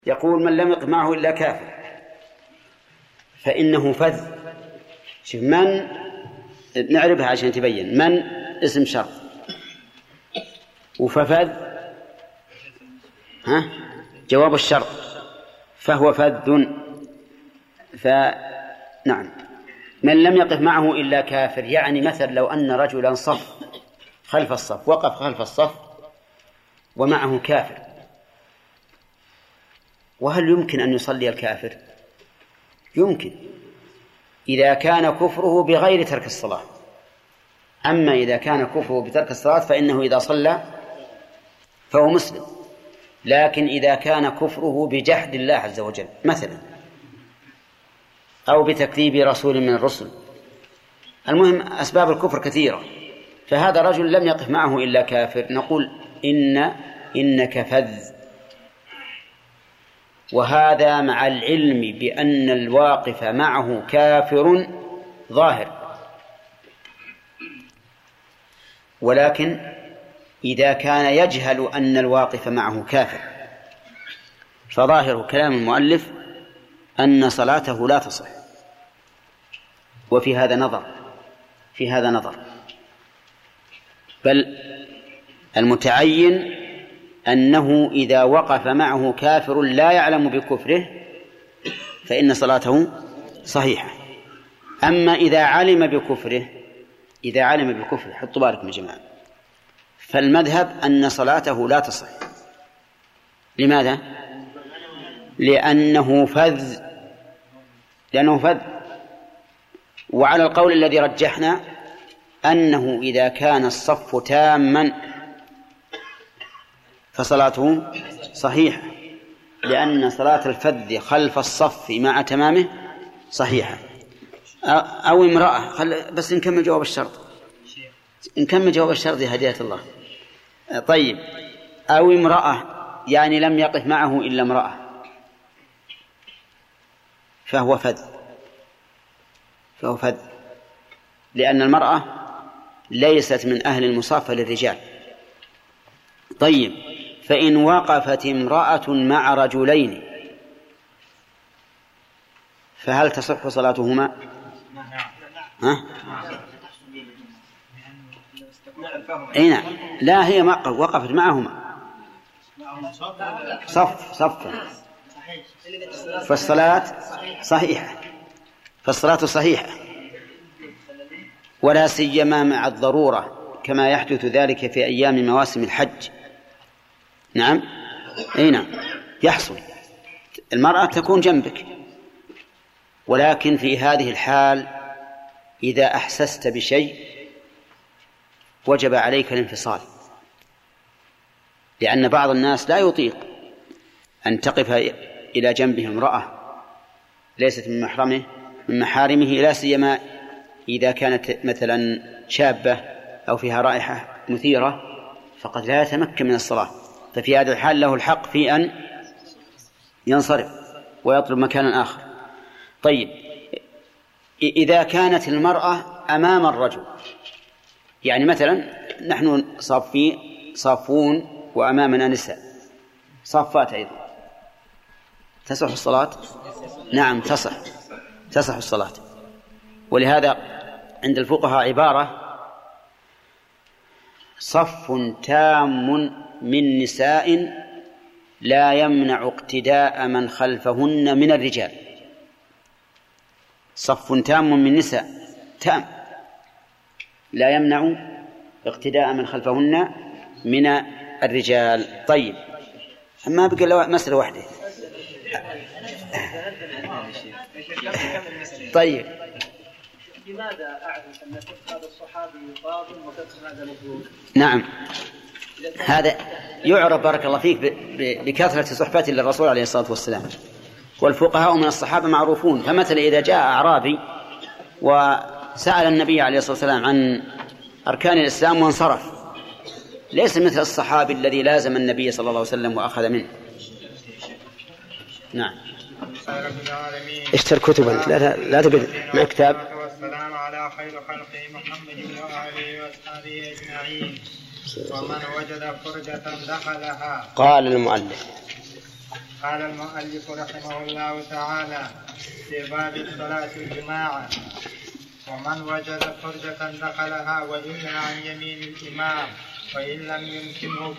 يقول من لم يقف معه إلا كافر فإنه فذ. شوف من نعرفها عشان تبين. من اسم شرط وففذ جواب الشرط فهو فذ. فنعم من لم يقف معه إلا كافر يعني مثل لو أن رجلا صف خلف الصف وقف خلف الصف ومعه كافر، وهل يمكن أن يصلي الكافر؟ يمكن إذا كان كفره بغير ترك الصلاة. أما إذا كان كفره بترك الصلاة فإنه إذا صلى فهو مسلم، لكن إذا كان كفره بجحد الله عز وجل مثلا أو بتكذيب رسول من الرسل، المهم أسباب الكفر كثيرة، فهذا رجل لم يقف معه إلا كافر، نقول إنك فذ. وهذا مع العلم بأن الواقف معه كافر ظاهر، ولكن إذا كان يجهل أن الواقف معه كافر فظاهر كلام المؤلف أن صلاته لا تصح. وفي هذا نظر، بل المتعين أنه إذا وقف معه كافر لا يعلم بكفره فإن صلاته صحيحة. أما إذا علم بكفره حطوا بالكم يا جماعة، فالمذهب أن صلاته لا تصح. لماذا؟ لأنه فذ. وعلى القول الذي رجحنا أنه إذا كان الصف تاما فصلاته صحيحة، لأن صلاة الفذ خلف الصف مع تمامه صحيحة. أو امرأة بس نكمل جواب الشرط يا هداية الله. طيب، أو امرأة يعني لم يقف معه إلا امرأة فهو فذ، لأن المرأة ليست من أهل المصافة للرجال. طيب، فإن وقفت امرأة مع رجلين فهل تصح صلاتهما؟ نعم. لا، هي وقفت معهما صفا فالصلاة صحيحة، ولا سيما مع الضرورة كما يحدث ذلك في أيام مواسم الحج. نعم يحصل، المرأة تكون جنبك، ولكن في هذه الحال إذا أحسست بشيء وجب عليك الانفصال، لأن بعض الناس لا يطيق أن تقف إلى جنبه امرأة ليست من محارمه، لا سيما إذا كانت مثلا شابة أو فيها رائحة مثيرة فقد لا يتمكن من الصلاة، ففي هذا الحال له الحق في أن ينصرف ويطلب مكانا آخر. طيب، إذا كانت المرأة أمام الرجل، يعني مثلا نحن صافون وأمامنا نساء صافات أيضا، تصح الصلاة؟ نعم تصح الصلاة. ولهذا عند الفقهاء عبارة: صف تام من نساء لا يمنع اقتداء من خلفهن من الرجال. صف تام من نساء تام لا يمنع اقتداء من خلفهن من الرجال. طيب، ما بقى مسألة واحدة. طيب، لماذا أعرف أن فقه هذا الصحابي باطل وفقه هذا مفروض؟ نعم، هذا يعرف بارك الله فيك بكثرة صحبته للرسول عليه الصلاة والسلام، والفقهاء من الصحابة معروفون. فمثلا إذا جاء أعرابي وسأل النبي عليه الصلاة والسلام عن أركان الإسلام وانصرف، ليس مثل الصحابي الذي لازم النبي صلى الله عليه وسلم وأخذ منه. نعم. اشتر كتبا، لا تقل مع كتاب. والسلام على خير خلقه محمد وآله وأصحابه أجمعين. ومن وجد فرجة دخلها. قال المؤلف قال المؤلف رحمه الله تعالى في باب الصلاة الجماعة: ومن وجد فرجة دخلها وإلا عن يمين الإمام وإن لم يمكنه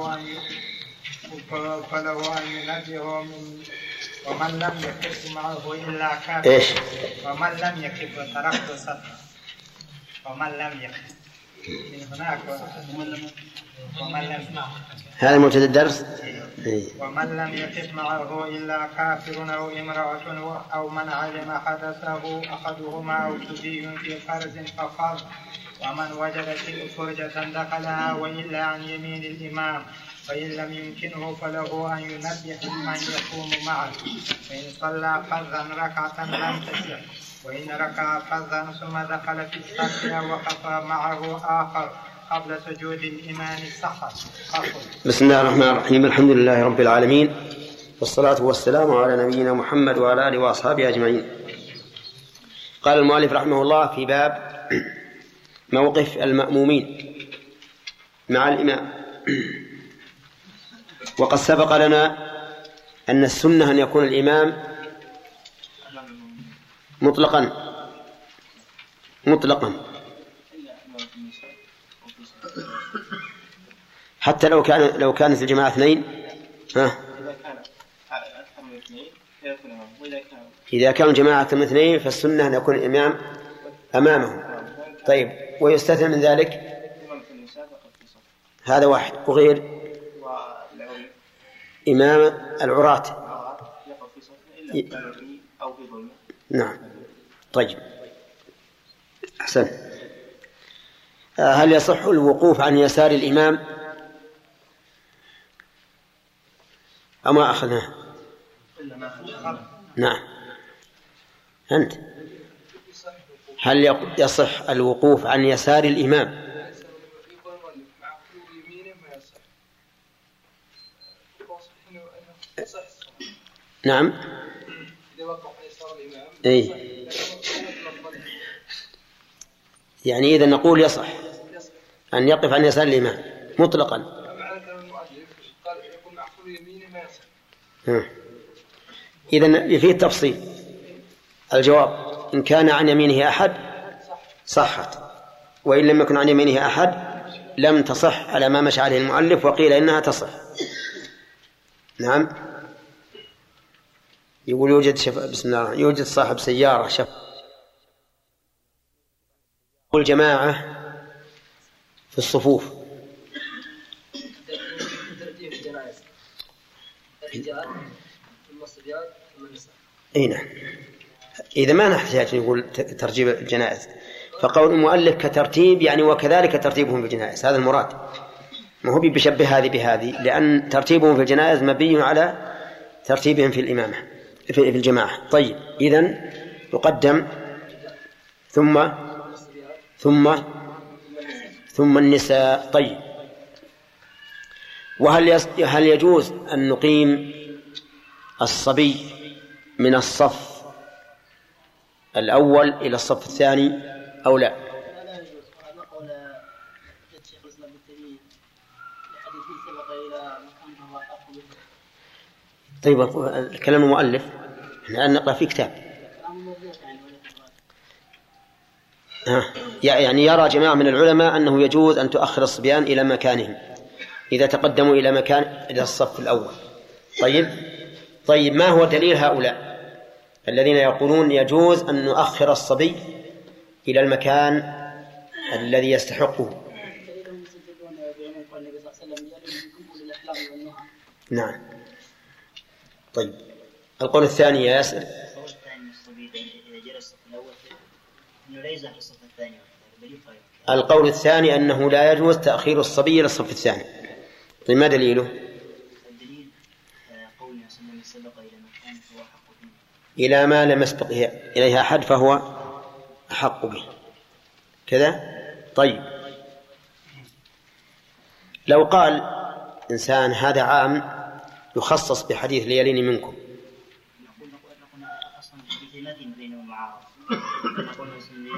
فله أن ينبه من ومن لم يكف معه إلا كافر. ومن لم يكف وتركت السطر ومن لم يكف من هناك ومن لم هذا موجود الدرس. ومن لم يكف معه إلا كافر أو امرأة أو من علم حدثه أحدهما أو تبي في فرز ففرض. ومن وجد فرجة دخلها وإلا عن يمين الإمام وإن لم يمكنه فله أن ينبه من يقوم معه. فإن صلى فرضا ركعة لم تصح، وإن ركع فرضا ثم دخل في الصف وقف معه آخر قبل سجود الإمام صح. بسم الله الرحمن الرحيم. الحمد لله رب العالمين، والصلاة والسلام على نبينا محمد وعلى آله وأصحابه أجمعين. قال المؤلف رحمه الله في باب موقف المأمومين مع الإمام. وقد سبق لنا أن السنة أن يكون الإمام مطلقا حتى لو كانت الجماعة اثنين. إذا كانوا جماعة اثنين فالسنة أن يكون الإمام أمامهم. طيب، ويستثنى من ذلك هذا واحد، وغير إمام العراة. نعم. طيب، أحسن. هل يصح الوقوف عن يسار الإمام أما أخذناه؟ نعم. أنت هل يصح الوقوف عن يسار الإمام؟ نعم. يعني إذا نقول يصح أن يقف عن يسار الإمام مطلقا. إذن فيه التفصيل. الجواب: إن كان عن يمينه أحد صحت، وإن لم يكن عن يمينه أحد لم تصح على ما مشى عليه المؤلف، وقيل إنها تصح. نعم. يقول بسم الله، يوجد صاحب سيارة الجماعة في الصفوف. نعم. إذا ما نحتاج نقول ترتيب الجنائز، فقول المؤلف كترتيب يعني وكذلك ترتيبهم في الجنائز، هذا المراد. ما هو بيشبه هذه بهذه، لأن ترتيبهم في الجنائز مبني على ترتيبهم في الإمامة في الجماعة. طيب، إذن يقدم ثم النساء. طيب، وهل يجوز أن نقيم الصبي من الصف الأول إلى الصف الثاني أو لا؟ طيب، الكلام المؤلف الآن نقرأ في كتاب. يعني يرى جماعة من العلماء أنه يجوز أن تؤخر الصبيان إلى مكانهم إذا تقدموا إلى الصف الأول. طيب، ما هو دليل هؤلاء الذين يقولون يجوز أن نؤخر الصبي إلى المكان الذي يستحقه؟ نعم. طيب، القول الثاني يا ياسر. القول الثاني أنه لا يجوز تأخير الصبي إلى الصف الثاني. طيب، ما دليله؟ الدليل قول من سبق إلى مكان فهو أحق به، إلى ما لم يسبق إليها أحد فهو أحق به كذا. طيب، لو قال إنسان هذا عام يخصص بحديث ليلين منكم، نقول أصلا الحديث ما في بينه ومعارض. نقول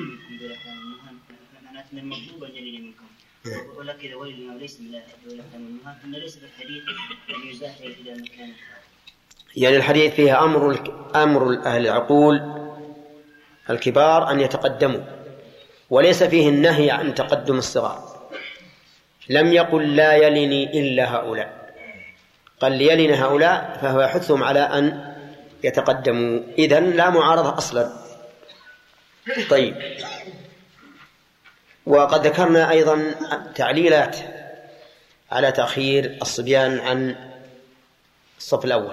من المطلوب أن يلين منكم، ولكن إذا ولي ليس من دولة المهام، فإن ليس في الحديث أن يزاحل إلى مكان. يعني الحديث فيها أمر أهل العقول الكبار أن يتقدموا، وليس فيه النهي عن تقدم الصغار. لم يقل لا يلني إلا هؤلاء، قال ليلن هؤلاء، فهو يحثهم على أن يتقدموا. إذن لا معارضة أصلا. طيب، وقد ذكرنا أيضا تعليلات على تأخير الصبيان عن الصف الأول.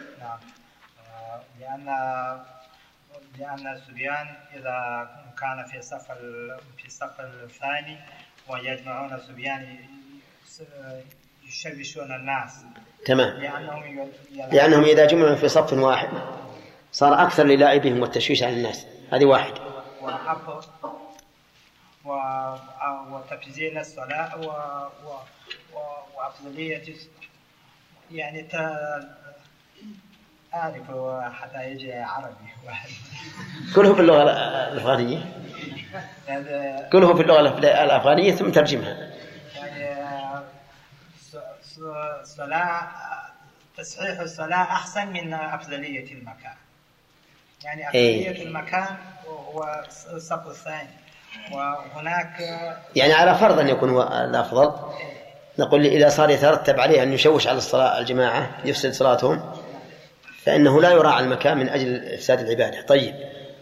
لأن الصبيان إذا كان في الصف الثاني ويجمعون الصبيان يشوشون الناس. تمام. لأنهم إذا جمعوا في صف واحد صار أكثر للاعبهم والتشويش على الناس. هذه واحد. وتفزيل الصلاة وأفضلية يعني أعرف حتى يجي عربي واحد. كله في اللغة الأفغانية. كله في اللغة الأفغانية ثم ترجمها. يعني الصلاة تصحيح الصلاة أحسن من أفضلية المكان. يعني أفضلية المكان هو الصف الثاني، وهناك يعني على فرض أن يكون الأفضل، نقول إذا صار يترتب عليه أن يشوش على الصلاة الجماعة يفسد صلاتهم، فإنه لا يراعى المكان من أجل إفساد العبادة. طيب.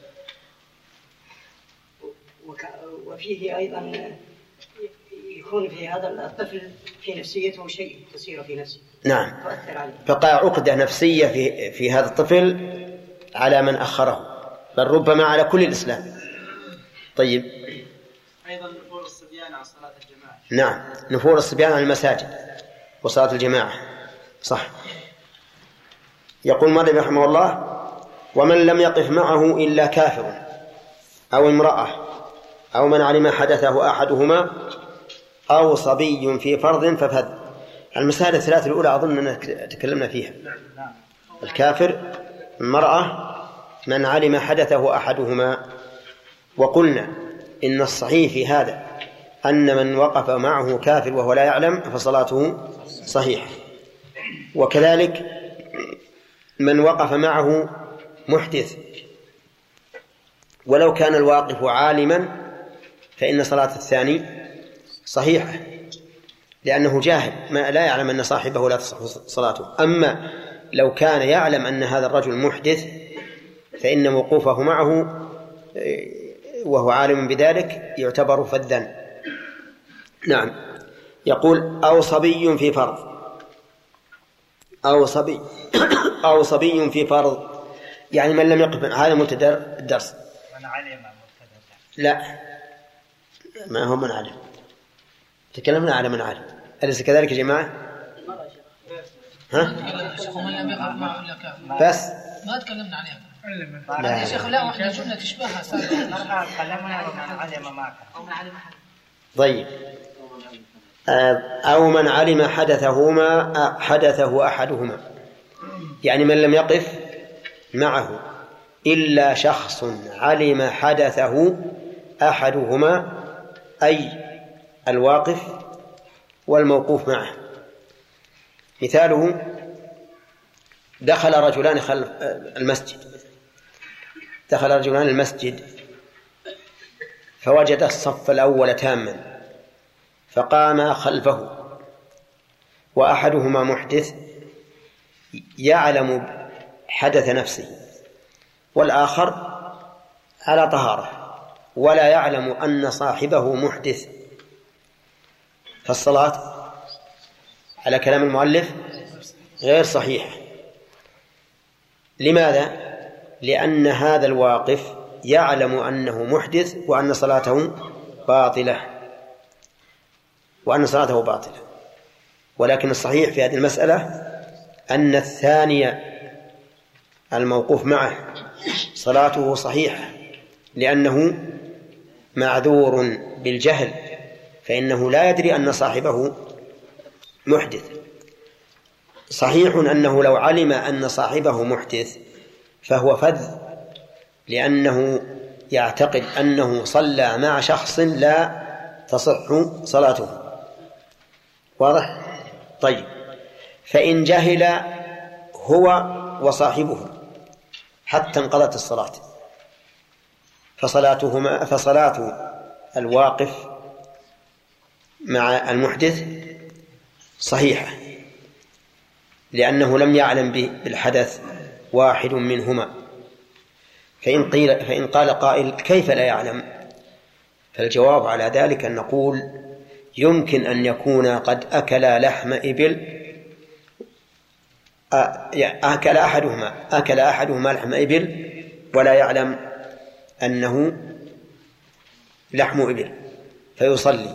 وفيه أيضا يكون في هذا الطفل في نفسيته شيء تصير في نفسه. نعم. فقع عقدة نفسية في هذا الطفل على من أخره، بل ربما على كل الإسلام. طيب. أيضا نفور الصبيان عن صلاة الجماعة. نعم، نفور الصبيان عن المساجد وصلاة الجماعة. صح. يقول مالك رحمه الله: ومن لم يقف معه إلا كافر أو امرأة أو من علم حدثه أحدهما أو صبي في فرض ففذ. المسائل الثلاث الأولى أظن أننا تكلمنا فيها. الكافر، المرأة، من علم حدثه أحدهما. وقلنا إن الصحيح في هذا أن من وقف معه كافر وهو لا يعلم فصلاته صحيحة، وكذلك من وقف معه محدث ولو كان الواقف عالما فإن صلاة الثاني صحيحة، لأنه جاهل ما لا يعلم أن صاحبه لا تصح صلاته. أما لو كان يعلم أن هذا الرجل محدث فإن وقوفه معه وهو عالم بذلك يعتبر فذا. نعم. يقول: أو صبي في فرض، أو صبي في فرض، يعني من لم يقف. هذا مبتدأ الدرس. من علم. لا، ما هو من علم، تكلمنا على من علم، أليس كذلك يا جماعة؟ ها؟ بس ما تكلمنا عليها. لا يا شيخ، لا واحدة جملة تشبهها طيب. أو من علم حدثه أحدهما، يعني من لم يقف معه إلا شخص علم حدثه أحدهما، أي الواقف والموقوف معه. مثاله: دخل رجلان خلف المسجد فوجد الصف الأول تاما فقام خلفه، وأحدهما محدث يعلم حدث نفسه والآخر على طهارة ولا يعلم أن صاحبه محدث، فالصلاة على كلام المؤلف غير صحيح. لماذا؟ لأن هذا الواقف يعلم أنه محدث وأن صلاته باطلة، ولكن الصحيح في هذه المسألة أن الثانية الموقوف معه صلاته صحيحة، لأنه معذور بالجهل، فإنه لا يدري أن صاحبه محدث. صحيح أنه لو علم أن صاحبه محدث فهو فذ، لأنه يعتقد أنه صلى مع شخص لا تصح صلاته. واضح؟ طيب. فإن جهل هو وصاحبه حتى انقضت الصلاة، فصلاة الواقف مع المحدث صحيحة، لأنه لم يعلم بالحدث واحد منهما. فإن قال قائل كيف لا يعلم؟ فالجواب على ذلك أن نقول يمكن أن يكون قد أكل لحم إبل، أكل أحدهما لحم إبل ولا يعلم أنه لحم إبل فيصلي،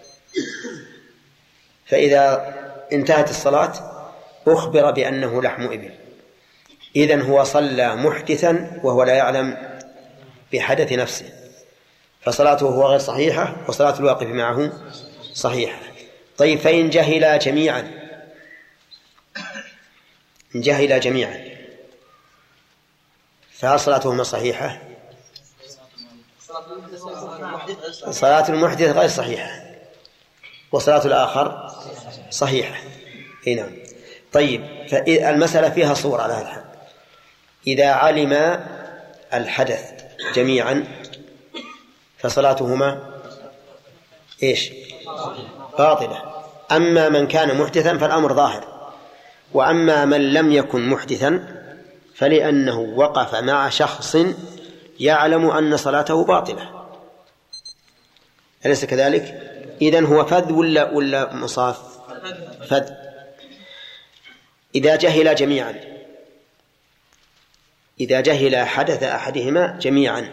فإذا انتهت الصلاة أخبر بأنه لحم إبل، إذن هو صلى محدثا وهو لا يعلم بحدث نفسه، فصلاته هو غير صحيحة وصلاة الواقف معه صحيحة. طيب فإن جهلا جميعا فهل صلاتهما صحيحة؟ صلاة المحدث غير صحيحة وصلاة الآخر صحيحة. نعم. طيب فالمسألة فيها صور على هذا الحال. إذا علم الحدث جميعا فصلاتهما إيش؟ باطلة. أما من كان محدثا فالأمر ظاهر، وأما من لم يكن محدثا فلأنه وقف مع شخص يعلم أن صلاته باطلة، أليس كذلك؟ إذن هو فذ ولا مصاف؟ فذ. إذا جهل حدث أحدهما جميعا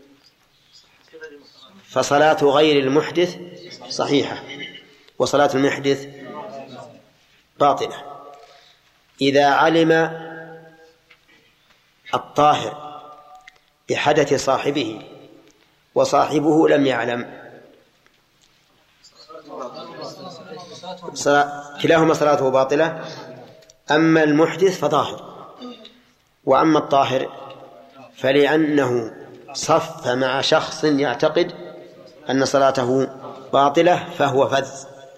فصلاة غير المحدث صحيحة وصلاة المحدث باطلة. إذا علم الطاهر بحدث صاحبه وصاحبه لم يعلم كلاهما صلاته باطلة. أما المحدث فظاهر، وأما الطاهر فلأنه صف مع شخص يعتقد أن صلاته باطلة فهو فذ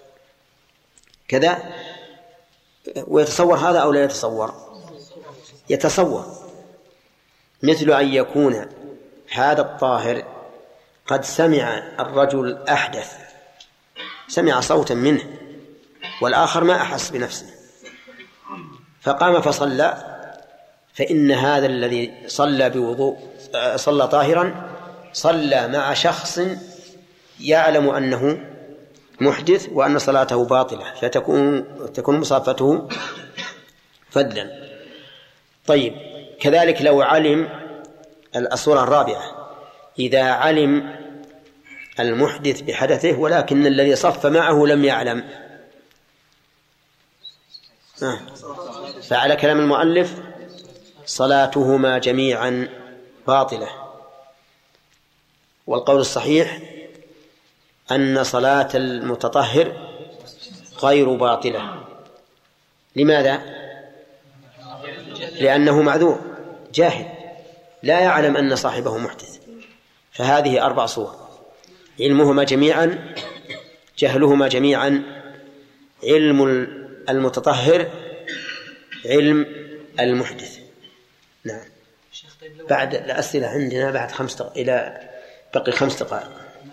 كذا. ويتصور هذا أو لا يتصور؟ يتصور، مثل أن يكون هذا الطاهر قد سمع الرجل أحدث، سمع صوتا منه والآخر ما أحس بنفسه فقام فصلى، فإن هذا الذي صلى بوضوء صلى طاهرا صلى مع شخص يعلم أنه محدث وأن صلاته باطلة، فتكون مصافته فذلا. طيب كذلك لو علم الصورة الرابعة، إذا علم المحدث بحدثه ولكن الذي صف معه لم يعلم، فعلى كلام المؤلف صلاتهما جميعا باطلة. والقول الصحيح أن صلاة المتطهر غير باطلة. لماذا؟ لأنه معذور جاهل لا يعلم أن صاحبه محدث. فهذه 4 صور: علمهما جميعا، جهلهما جميعا، علم المتطهر، علم المحدث. نعم. بعد الأسئلة عندنا بعد 5 دقائق إلى بقي 5 دقائق.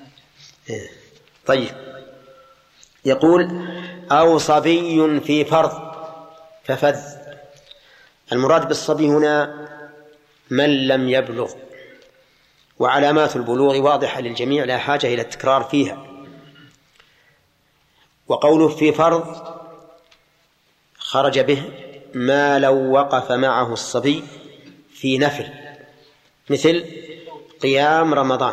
طيب يقول أو صبي في فرض ففذ. المراد بالصبي هنا من لم يبلغ، وعلامات البلوغ واضحة للجميع لا حاجة إلى التكرار فيها. وقوله في فرض خرج به ما لو وقف معه الصبي في نفل مثل قيام رمضان.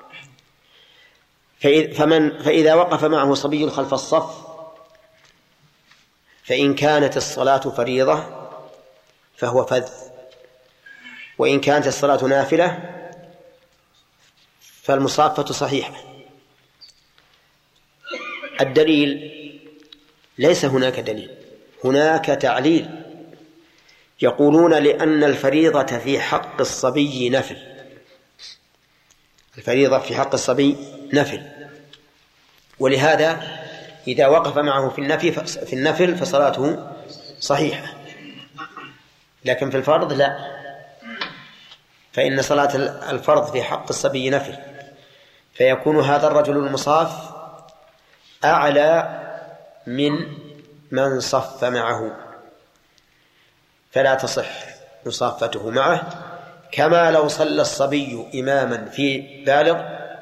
فإذا وقف معه صبي خلف الصف فإن كانت الصلاة فريضة فهو فذ، وإن كانت الصلاة نافلة فالمصافة صحيحة. الدليل ليس هناك دليل، هناك تعليل. يقولون لأن الفريضة في حق الصبي نفل، الفريضة في حق الصبي نفل، ولهذا إذا وقف معه في النفل فصلاته صحيحة. لكن في الفرض لا، فإن صلاة الفرض في حق الصبي نفل، فيكون هذا الرجل المصاف أعلى من صف معه، فلا تصح مصافته معه، كما لو صلى الصبي إماما في بالغ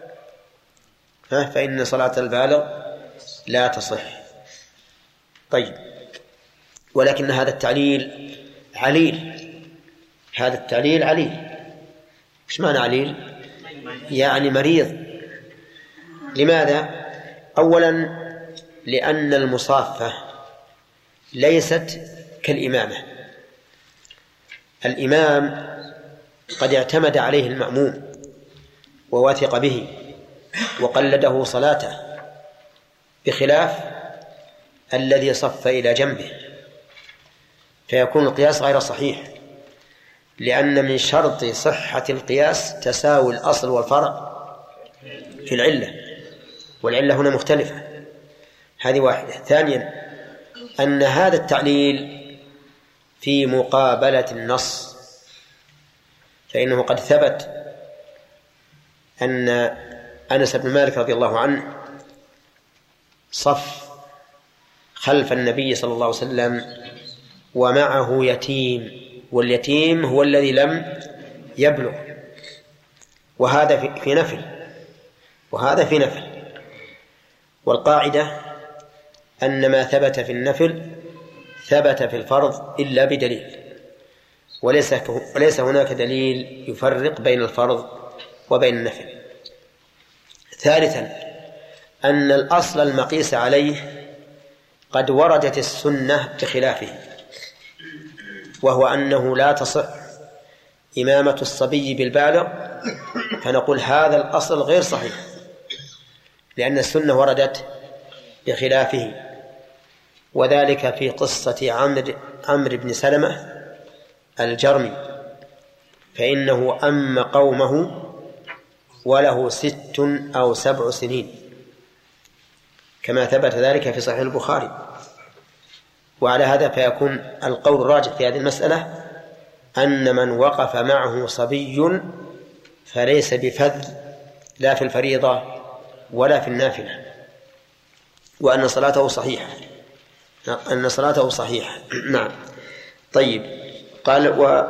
فإن صلاة البالغ لا تصح. طيب، ولكن هذا التعليل عليل، هذا التعليل عليل. إيش معنى عليل؟ يعني مريض. لماذا؟ أولا لأن المصافة ليست كالإمامة. الإمام قد اعتمد عليه المأموم ووثق به وقلده صلاته، بخلاف الذي صف إلى جنبه، فيكون القياس غير صحيح، لأن من شرط صحة القياس تساوي الأصل والفرع في العلة، والعلة هنا مختلفة. هذه واحدة. ثانيا أن هذا التعليل في مقابلة النص، فإنه قد ثبت أن أنس بن مالك رضي الله عنه صف خلف النبي صلى الله عليه وسلم ومعه يتيم، واليتيم هو الذي لم يبلغ، وهذا في نفل وهذا في نفل. والقاعدة أن ما ثبت في النفل ثبت في الفرض إلا بدليل، وليس هناك دليل يفرق بين الفرض وبين النفل. ثالثا أن الأصل المقيس عليه قد وردت السنة بخلافه، وهو أنه لا تصح إمامة الصبي بالبالغ، فنقول هذا الأصل غير صحيح، لأن السنة وردت بخلافه. وذلك في قصة عمرو بن سلمة الجرمي، فإنه أم قومه وله 6 أو 7 سنين، كما ثبت ذلك في صحيح البخاري. وعلى هذا فيكون القول الراجح في هذه المسألة أن من وقف معه صبي فليس بفذ لا في الفريضة ولا في النافلة، وأن صلاته صحيحة. نعم. طيب، قال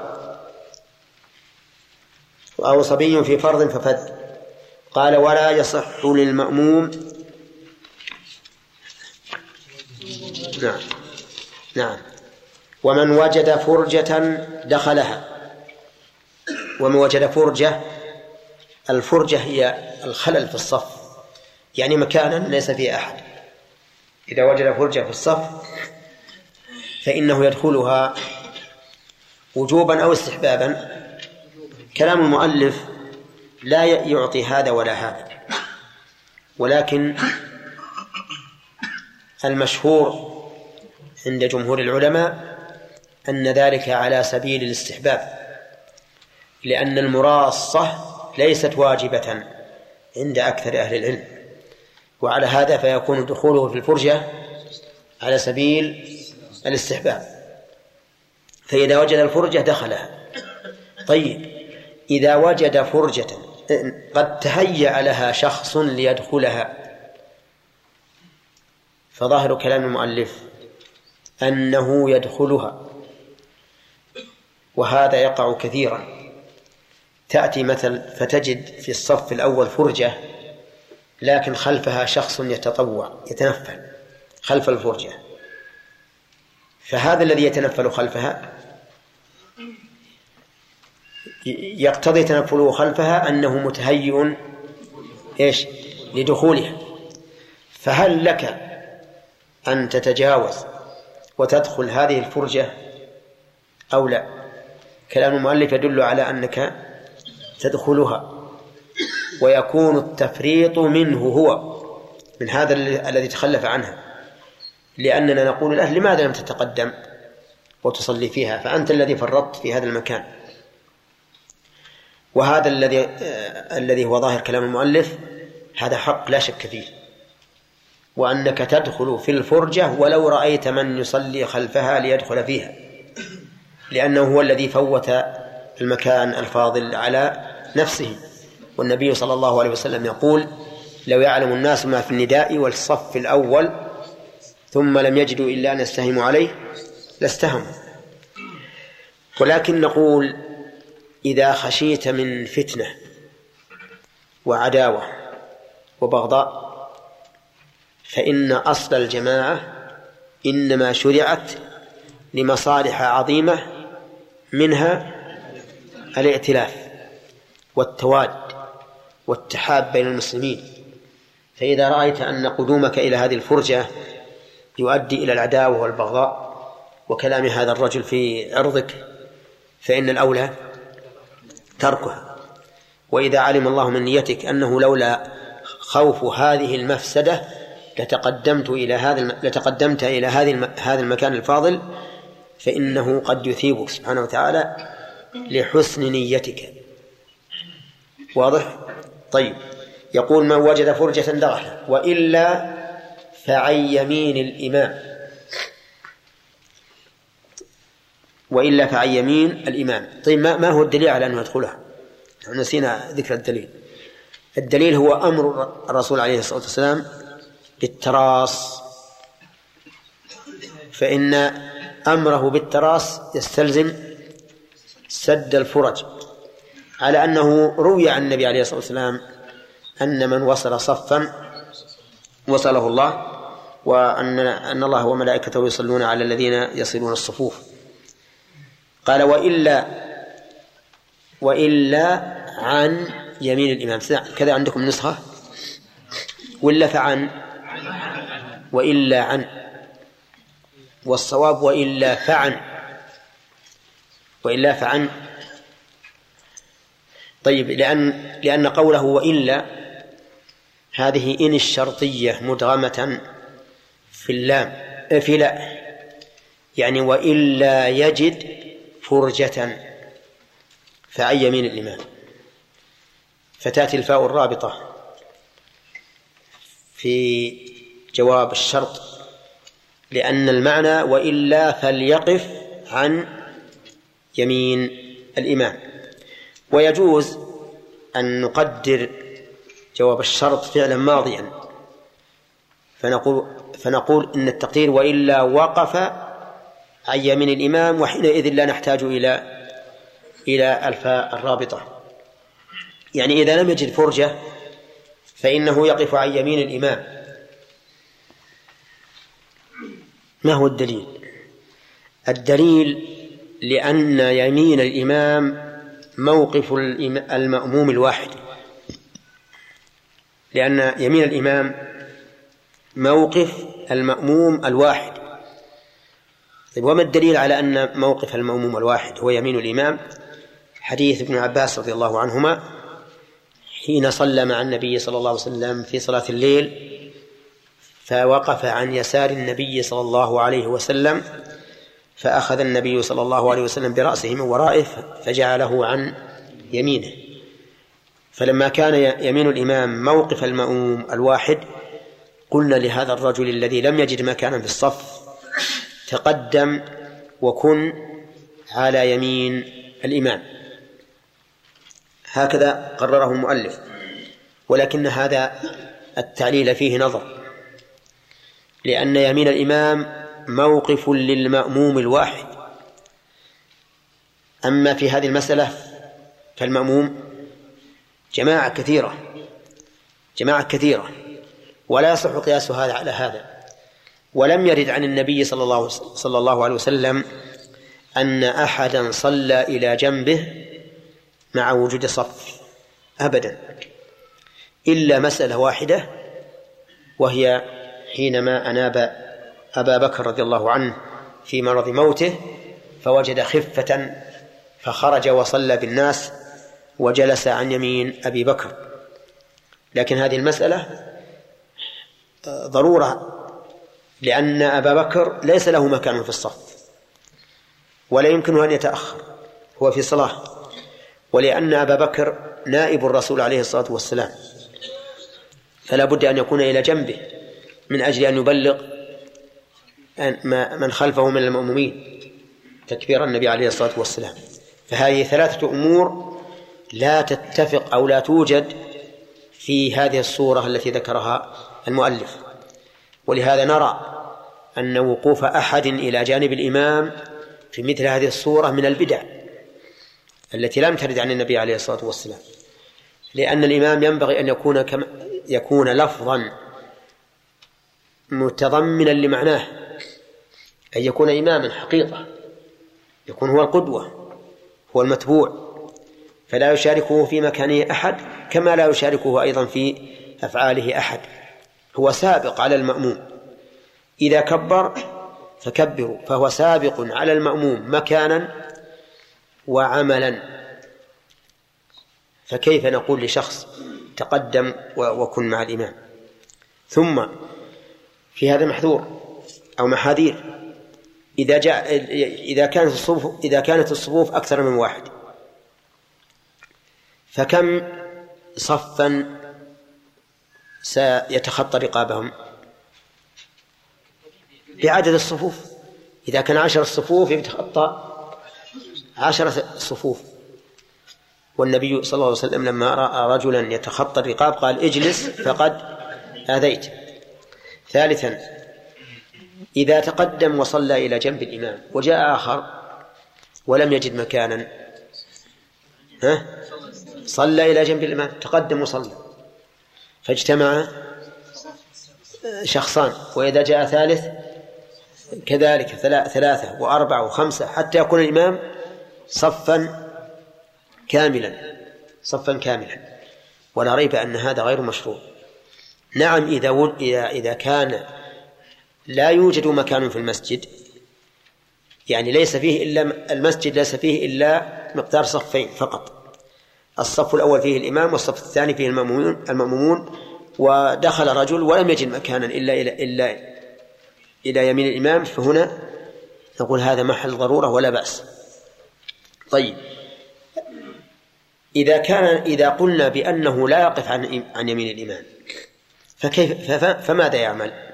أو صبي في فرض ففذ. قال ولا يصح للمأموم. نعم. ومن وجد فرجة دخلها. ومن وجد فرجة، الفرجة هي الخلل في الصف، يعني مكانا ليس فيه أحد. إذا وجد فرجة في الصف فإنه يدخلها وجوبا أو استحبابا. كلام المؤلف لا يعطي هذا ولا هذا، ولكن المشهور عند جمهور العلماء أن ذلك على سبيل الاستحباب، لأن المراصة ليست واجبة عند أكثر أهل العلم، وعلى هذا فيكون دخوله في الفرجة على سبيل الاستحباب، فإذا وجد الفرجة دخلها. طيب، إذا وجد فرجة قد تهيأ لها شخص ليدخلها، فظاهر كلام المؤلف أنه يدخلها، وهذا يقع كثيرا. تأتي مثل فتجد في الصف الأول فرجة لكن خلفها شخص يتنفل خلف الفرجة، فهذا الذي يتنفل خلفها يقتضي تنفله خلفها أنه متهيئ لدخولها، فهل لك أن تتجاوز وتدخل هذه الفرجة أو لا؟ كلام المؤلف يدل على أنك تدخلها، ويكون التفريط منه هو من هذا الذي تخلف عنها، لأننا نقول له لماذا لم تتقدم وتصلي فيها؟ فأنت الذي فرطت في هذا المكان. وهذا الذي هو ظاهر كلام المؤلف، هذا حق لا شك فيه، وأنك تدخل في الفرجة ولو رأيت من يصلي خلفها ليدخل فيها، لأنه هو الذي فوت المكان الفاضل على نفسه. والنبي صلى الله عليه وسلم يقول: لو يعلم الناس ما في النداء والصف الأول ثم لم يجدوا إلا أن يستهموا عليه لاستهموا. ولكن نقول: إذا خشيت من فتنة وعداوة وبغضاء فإن أصل الجماعة إنما شرعت لمصالح عظيمة، منها الائتلاف والتواد والتحاب بين المسلمين. فإذا رأيت أن قدومك إلى هذه الفرجة يؤدي إلى العداوة والبغضاء وكلام هذا الرجل في عرضك فإن الأولى تركها. وإذا علم الله من نيتك أنه لولا خوف هذه المفسدة لتقدمت إلى هذا المكان الفاضل، فإنه قد يثيبك سبحانه وتعالى لحسن نيتك. واضح؟ طيب، يقول: من وجد فرجة دخل وإلا فعن يمين الإمام. وإلا فعن يمين الإمام. طيب، ما هو الدليل على أنه يدخلها؟ نسينا ذكر الدليل. الدليل هو أمر الرسول عليه الصلاة والسلام بالتراص، فإن أمره بالتراص يستلزم سد الفرج، على أنه روي عن النبي عليه الصلاة والسلام أن من وصل صفا وصله الله، وأن الله وملائكته يصلون على الذين يصلون الصفوف. قال: وإلا عن يمين الإمام. كذا عندكم نسخة؟ وإلا فعن، وإلا عن، والصواب وإلا فعن، وإلا فعن. طيب، لأن قوله وإلا هذه إن الشرطية مدغمة في اللام في لا، يعني وإلا يجد فرجة فعن يمين الإمام، فتأتي الفاء الرابطة في جواب الشرط، لأن المعنى وإلا فليقف عن يمين الإمام. ويجوز أن نقدر جواب الشرط فعلا ماضيا، فنقول إن التقدير وإلا وقف عن يمين الإمام، وحينئذ لا نحتاج إلى الفاء الرابطة. يعني إذا لم يجد فرجة فإنه يقف عن يمين الإمام. ما هو الدليل؟ الدليل لأن يمين الإمام موقف المأموم الواحد، لأن يمين الإمام موقف المأموم الواحد. طيب، وما الدليل على أن موقف المأموم الواحد هو يمين الإمام؟ حديث ابن عباس رضي الله عنهما حين صلى مع النبي صلى الله عليه وسلم في صلاة الليل، فوقف عن يسار النبي صلى الله عليه وسلم، فأخذ النبي صلى الله عليه وسلم برأسه من ورائه فجعله عن يمينه. فلما كان يمين الإمام موقف المأموم الواحد، قلنا لهذا الرجل الذي لم يجد مكانا في الصف: تقدم وكن على يمين الإمام. هكذا قرره المؤلف، ولكن هذا التعليل فيه نظر، لأن يمين الإمام موقف للمأموم الواحد. أما في هذه المسألة فالمأموم جماعة كثيرة، ولا يصح قياس هذا على هذا. ولم يرد عن النبي صلى الله عليه وسلم أن أحدا صلى إلى جنبه مع وجود صف أبدا، إلا مسألة واحدة، وهي حينما أناب أبا بكر رضي الله عنه في مرض موته فوجد خفة فخرج وصلى بالناس وجلس عن يمين أبي بكر. لكن هذه المسألة ضرورة، لأن أبا بكر ليس له مكان في الصف ولا يمكن أن يتأخر، هو في صلاة، ولأن أبا بكر نائب الرسول عليه الصلاة والسلام، فلا بد أن يكون إلى جنبه من أجل أن يبلغ من خلفه من المأمومين. تكبير النبي عليه الصلاة والسلام. فهذه 3 أمور لا تتفق أو لا توجد في هذه الصورة التي ذكرها المؤلف. ولهذا نرى أن وقوف أحد إلى جانب الإمام في مثل هذه الصورة من البدع التي لم ترد عن النبي عليه الصلاة والسلام، لأن الإمام ينبغي أن يكون لفظا متضمنا لمعناه، أن يكون إماما حقيقة، يكون هو القدوة، هو المتبوع، فلا يشاركه في مكانه أحد كما لا يشاركه أيضا في أفعاله أحد. هو سابق على المأموم، إذا كبر فكبروا، فهو سابق على المأموم مكانا وعملا. فكيف نقول لشخص تقدم وكن مع الإمام؟ ثم في هذا محذور أو محاذير. إذا كانت الصفوف أكثر من واحد، فكم صفا سيتخطى رقابهم؟ بعدد الصفوف. إذا كان 10 صفوف يتخطى 10 صفوف. والنبي صلى الله عليه وسلم لما رأى رجلا يتخطى الرقاب قال: اجلس فقد آذيت. ثالثا، إذا تقدم وصلى إلى جنب الإمام وجاء آخر ولم يجد مكانا، صلى إلى جنب الإمام، تقدم وصلى، فاجتمع شخصان. وإذا جاء ثالث كذلك، 3 و4 و5 حتى يكون الإمام صفا كاملا. ولا ريب أن هذا غير مشروع. نعم، إذا كان لا يوجد مكان في المسجد، يعني ليس فيه إلا المسجد ليس فيه إلا مقدار صفين فقط، الصف الأول فيه الإمام والصف الثاني فيه المأمومون، ودخل رجل ولم يجد مكانا إلا إلى يمين الإمام، فهنا نقول هذا محل ضرورة ولا بأس. طيب، إذا قلنا بأنه لا يقف عن يمين الإمام، فماذا يعمل؟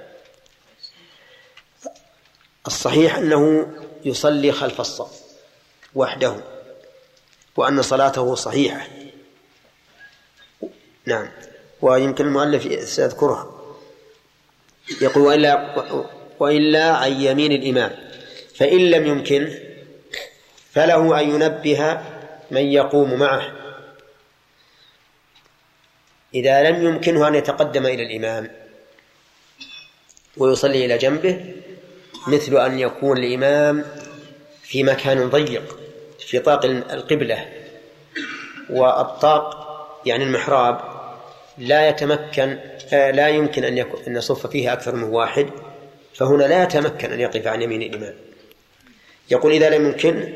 الصحيح أنه يصلي خلف الصف وحده، وأن صلاته صحيحة. نعم، ويمكن المؤلف سيذكرها. يقول: وإلا عن يمين الإمام، فإن لم يمكن فله أن ينبه من يقوم معه. إذا لم يمكنه أن يتقدم إلى الإمام ويصلي إلى جنبه، مثل أن يكون الإمام في مكان ضيق في طاق القبلة، والطاق يعني المحراب لا يمكن أن يصف فيه أكثر من واحد، فهنا لا يتمكن أن يقف عن يمين الإمام. يقول: إذا لم يمكن،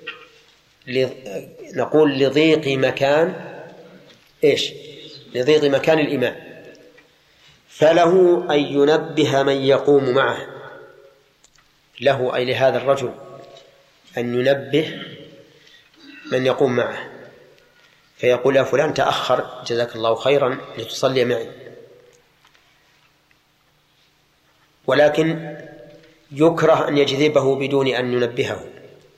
نقول لضيق مكان لضيق مكان الإمام، فله أن ينبه من يقوم معه، له أي لهذا الرجل أن ينبه من يقوم معه، فيقول: يا فلان تأخر جزاك الله خيرا لتصلي معي. ولكن يكره أن يجذبه بدون أن ينبهه،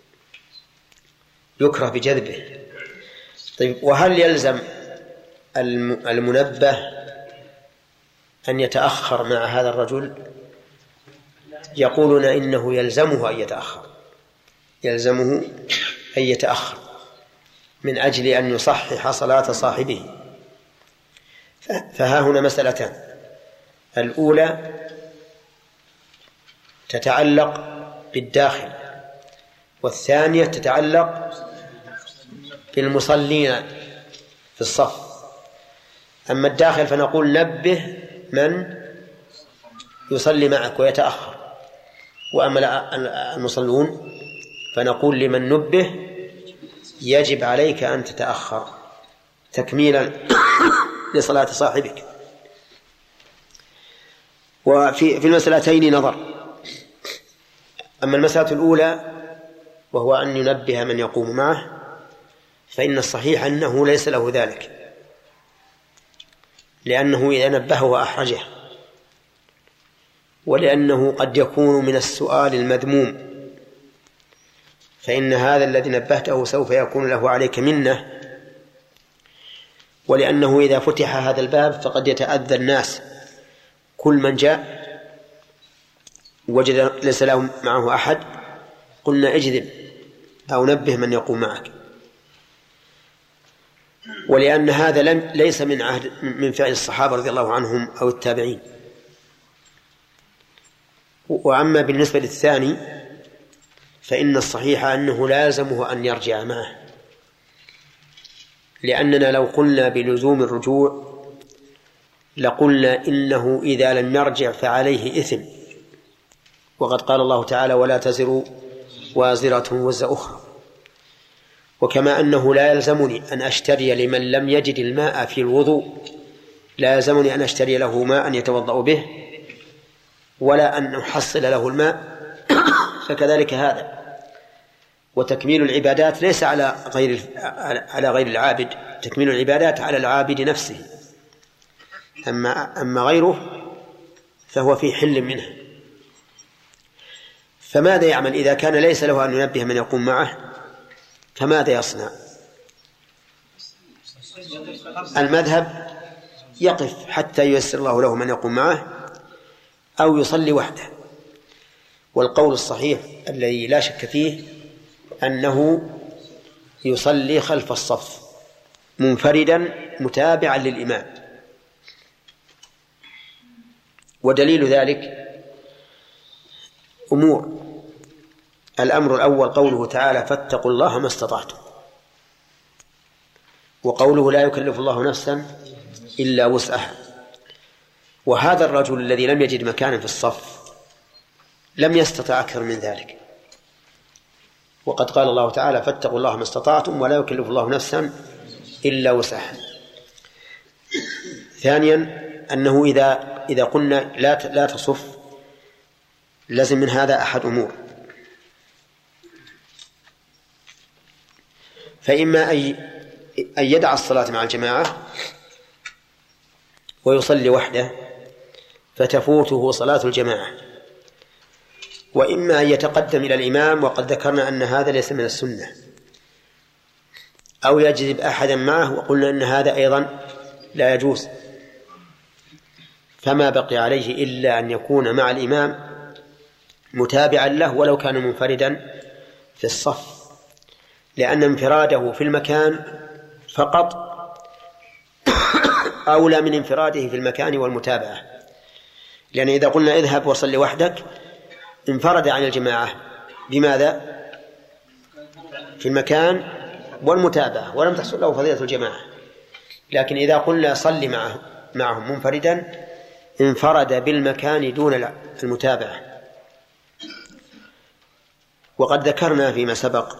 يكره بجذبه. طيب، وهل يلزم المنبه أن يتأخر مع هذا الرجل؟ يقولون إنه يلزمه أن يتأخر من أجل أن يصحح صلاة صاحبه. فها هنا مسألتان: الأولى تتعلق بالداخل، والثانية تتعلق بالمصلين في الصف. أما الداخل فنقول: نبه من يصلي معك ويتأخر. وأما المصلون فنقول: لمن نبه يجب عليك أن تتأخر تكميلا لصلاة صاحبك. وفي المسألتين نظر. أما المسألة الأولى وهو أن ينبه من يقوم معه، فإن الصحيح أنه ليس له ذلك، لأنه إذا نبهه أحرجه، ولأنه قد يكون من السؤال المذموم، فإن هذا الذي نبهته سوف يكون له عليك منة، ولأنه إذا فتح هذا الباب فقد يتأذى الناس، كل من جاء وجد ليس له معه أحد قلنا اجذب أو نبه من يقوم معك، ولأن هذا ليس من فعل الصحابة رضي الله عنهم أو التابعين. وأما بالنسبة للثاني فإن الصحيح أنه لازمه أن يرجع معه، لأننا لو قلنا بلزوم الرجوع لقلنا إنه إذا لم يرجع فعليه إثم، وقد قال الله تعالى ولا تزر وازرة وزر أخرى. وكما أنه لا يلزمني أن أشتري لمن لم يجد الماء في الوضوء، لا يلزمني أن أشتري له ماء يتوضأ به ولا أن أحصل له الماء، فكذلك هذا. وتكميل العبادات ليس على غير العابد، تكميل العبادات على العابد نفسه، أما غيره فهو في حل منه. فماذا يعمل إذا كان ليس له أن ينبه من يقوم معه؟ فماذا يصنع؟ المذهب يقف حتى ييسر الله له من يقوم معه أو يصلي وحده. والقول الصحيح الذي لا شك فيه أنه يصلي خلف الصف منفردا متابعا للإمام. ودليل ذلك أمور. الأمر الأول قوله تعالى فاتقوا الله ما استطعتم، وقوله لا يكلف الله نفسا إلا وسعها. وهذا الرجل الذي لم يجد مكانا في الصف لم يستطع أكثر من ذلك، وقد قال الله تعالى فاتقوا الله ما استطعتم ولا يكلف الله نفسا إلا وسعها. ثانيا أنه إذا قلنا لا تصف لازم من هذا أحد أمور، فإما أن يدع الصلاة مع الجماعة ويصلي وحده فتفوته صلاة الجماعة، وإما أن يتقدم إلى الإمام، وقد ذكرنا أن هذا ليس من السنة، أو يجذب أحدا معه، وقلنا أن هذا أيضا لا يجوز. فما بقي عليه إلا أن يكون مع الإمام متابعا له ولو كان منفردا في الصف، لأن انفراده في المكان فقط أولى من انفراده في المكان والمتابعة. لأن إذا قلنا اذهب وصلي وحدك انفرد عن الجماعة بماذا؟ في المكان والمتابعة، ولم تحصل له فضيلة الجماعة. لكن إذا قلنا صلي معهم منفردا انفرد بالمكان دون المتابعة. وقد ذكرنا فيما سبق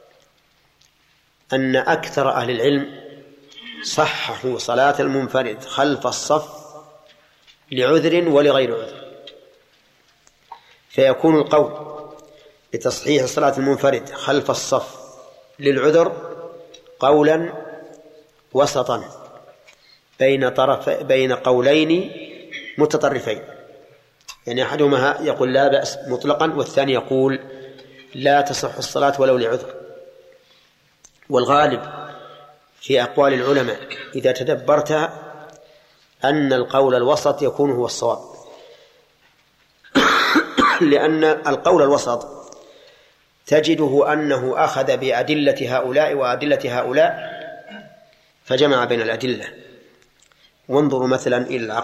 أن أكثر أهل العلم صححوا صلاة المنفرد خلف الصف لعذر ولغير عذر، فيكون القول بتصحيح صلاة المنفرد خلف الصف للعذر قولا وسطا بين قولين متطرفين، يعني أحدهما يقول لا بأس مطلقا، والثاني يقول لا تصح الصلاة ولو لعذر. والغالب في أقوال العلماء إذا تدبرتها أن القول الوسط يكون هو الصواب، لأن القول الوسط تجده أنه أخذ بأدلة هؤلاء وأدلة هؤلاء فجمع بين الأدلة. وانظروا مثلا إلى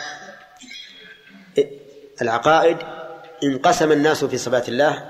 العقائد انقسم الناس في صفات الله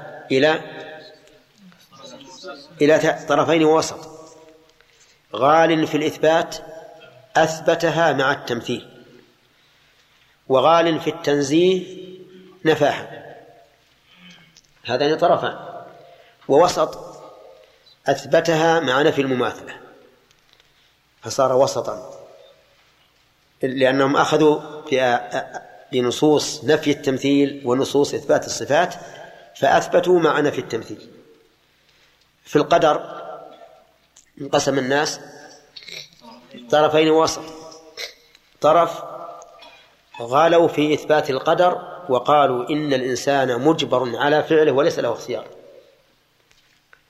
إلى طرفين ووسط. غال في الإثبات أثبتها مع التمثيل، وغال في التنزيه نفاها، هذان طرفان. ووسط أثبتها مع نفي المماثلة فصار وسطا، لأنهم أخذوا بنصوص نفي التمثيل ونصوص إثبات الصفات فأثبتوا مع نفي التمثيل. في القدر انقسم الناس طرفين وسط، طرف غالوا في إثبات القدر وقالوا إن الإنسان مجبر على فعله وليس له اختيار،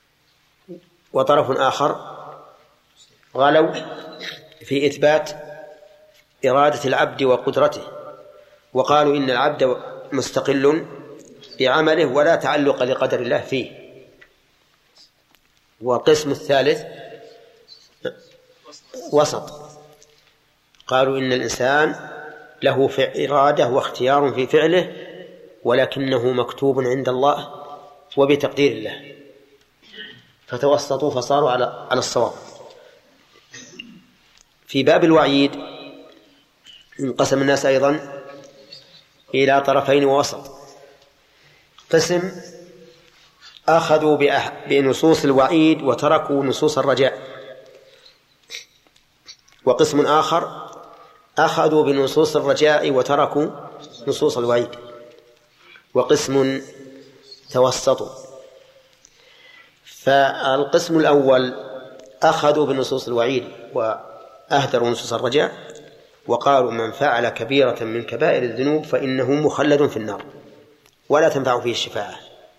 وطرف آخر غلوا في إثبات إرادة العبد وقدرته، وقالوا إن العبد مستقل بعمله ولا تعلق لقدر الله فيه. والقسم الثالث وسط، قالوا إن الإنسان له إرادة واختيار في فعله ولكنه مكتوب عند الله وبتقدير الله، فتوسطوا فصاروا على الصواب. في باب الوعيد انقسم الناس أيضا إلى طرفين ووسط. قسم أخذوا بنصوص الوعيد وتركوا نصوص الرجاء، وقسم آخر أخذوا بنصوص الرجاء وتركوا نصوص الوعيد، وقسم توسطوا. فالقسم الأول أخذوا بنصوص الوعيد وأهدروا نصوص الرجاء، وقالوا من فعل كبيرة من كبائر الذنوب فإنه مخلد في النار ولا تنفع فيه الشفاعة.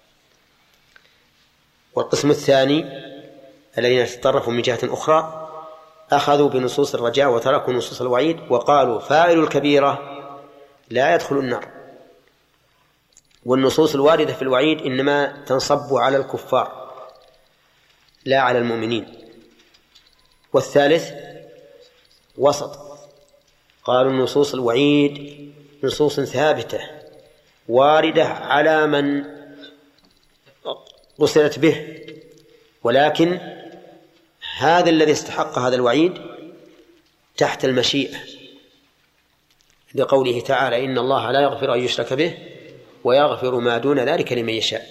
والقسم الثاني الذين تطرفوا من جهة أخرى أخذوا بنصوص الرجاء وتركوا نصوص الوعيد، وقالوا فاعل الكبيرة لا يدخل النار، والنصوص الواردة في الوعيد إنما تنصب على الكفار لا على المؤمنين. والثالث وسط، قالوا نصوص الوعيد نصوص ثابتة واردة على من قصرت به، ولكن هذا الذي استحق هذا الوعيد تحت المشيئة، لقوله تعالى إن الله لا يغفر أن يشرك به ويغفر ما دون ذلك لمن يشاء.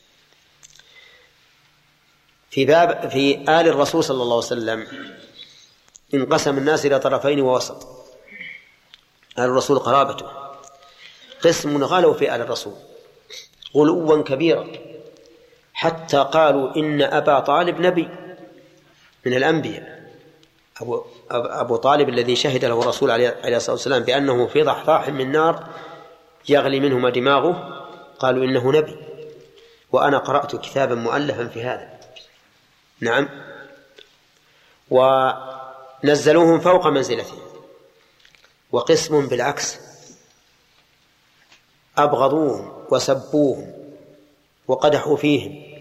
في آل الرسول صلى الله عليه وسلم انقسم الناس إلى طرفين ووسط. آل الرسول قرابته، قسم غلوا في آل الرسول غلوا كبيرا حتى قالوا إن أبا طالب نبي من الأنبياء. أبو طالب الذي شهد له الرسول عليه الصلاة والسلام بأنه في ضحضاح من نار يغلي منهما دماغه، قالوا إنه نبي، وأنا قرأت كتابا مؤلفا في هذا. نعم، ونزلوهم فوق منزلتهم. وقسم بالعكس أبغضوهم وسبوهم وقدحوا فيهم.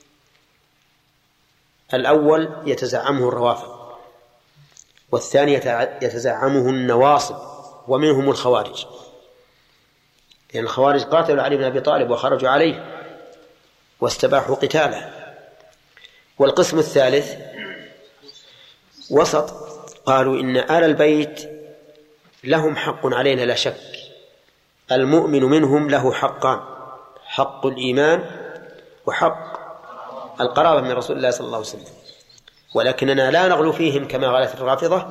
الأول يتزعمه الروافض، والثاني يتزعمه النواصب، ومنهم الخوارج، لأن الخوارج قاتلوا علي بن أبي طالب وخرجوا عليه واستباحوا قتاله. والقسم الثالث وسط، قالوا إن آل البيت لهم حق علينا لا شك، المؤمن منهم له حقان، حق الإيمان وحق القرابة من رسول الله صلى الله عليه وسلم، ولكننا لا نغلو فيهم كما غلت الرافضة